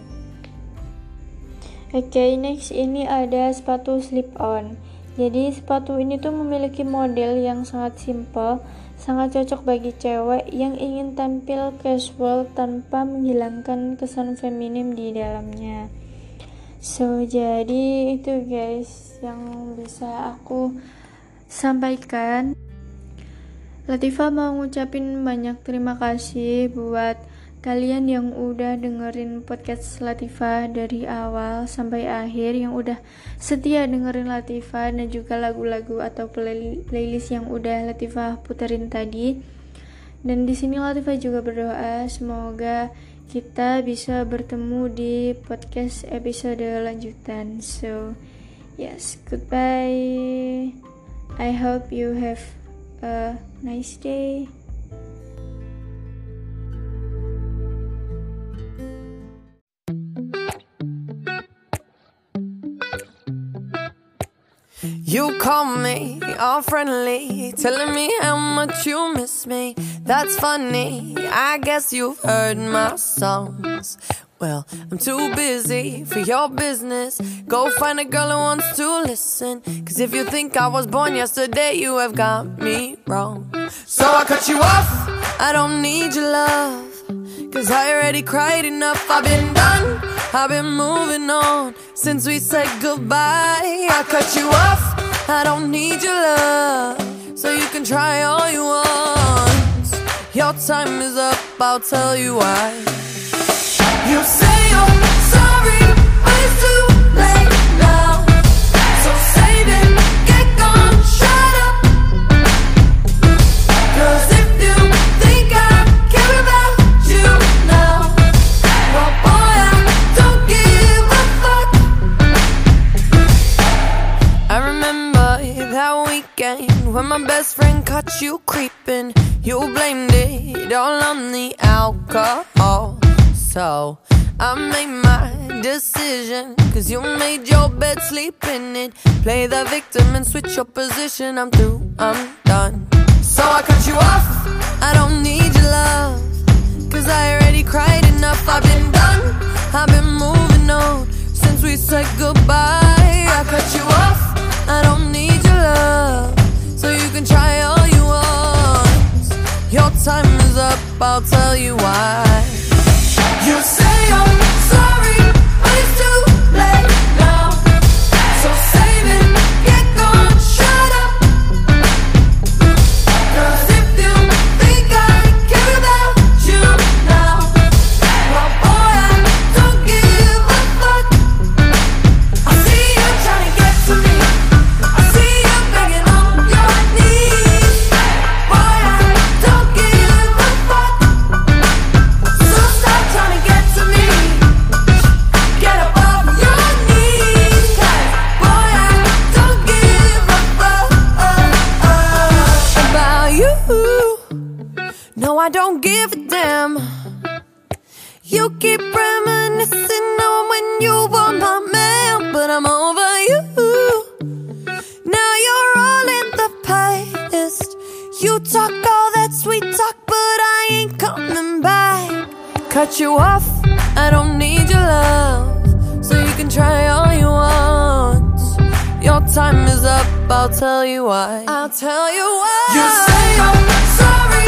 Oke, next ini ada sepatu slip on. Jadi sepatu ini tuh memiliki model yang sangat simple, sangat cocok bagi cewek yang ingin tampil casual tanpa menghilangkan kesan feminim di dalamnya. So, jadi itu guys yang bisa aku sampaikan. Latifah mau ngucapin banyak terima kasih buat kalian yang udah dengerin podcast Latifah dari awal sampai akhir, yang udah setia dengerin Latifah dan juga lagu-lagu atau playlist yang udah Latifah puterin tadi. Dan di sini Latifah juga berdoa semoga kita bisa bertemu di podcast episode lanjutan. So, yes, goodbye. I hope you have a nice day. You call me all friendly, telling me how much you miss me. That's funny, I guess you've heard my songs. Well, I'm too busy for your business. Go find a girl who wants to listen. Cause if you think I was born yesterday, you have got me wrong. So I cut you off, I don't need your love. Cause I already cried enough, I've been done, I've been moving on since we said goodbye. I cut you off, I don't need your love. So you can try all you want. Your time is up, I'll tell you why. You say you're sorry, but it's too late now. So save it, get gone, shut up. Cause if you think I care about you now, well boy, I don't give a fuck. I remember that weekend when my best friend caught you creeping. You blamed it all on the alcohol. So I made my decision, cause you made your bed, sleep in it. Play the victim and switch your position. I'm through, I'm done. So I cut you off, I don't need your love. Cause I already cried enough, I've been done, I've been moving on since we said goodbye. I cut you off, I don't need your love. So you can try all you want. Your time is up, I'll tell you why. You say I'm sorry, but it's too late now. So save it, get gone, shut up. Cause if you think I care about you now, well boy, I don't give a fuck. I see you trying to get to me, I see you begging on your knees. Boy, I don't give a fuck. So stop trying to get to me, get up off your knees. Cause boy, I don't give a fuck about you. No, I don't give a damn. You keep reminiscing on when you were my man, but I'm over you. Now you're all in the past. You talk all that sweet talk, but I ain't coming back. Cut you off, I don't need your love. So you can try all you want. Your time is up, I'll tell you why. I'll tell you why. You say I'm sorry,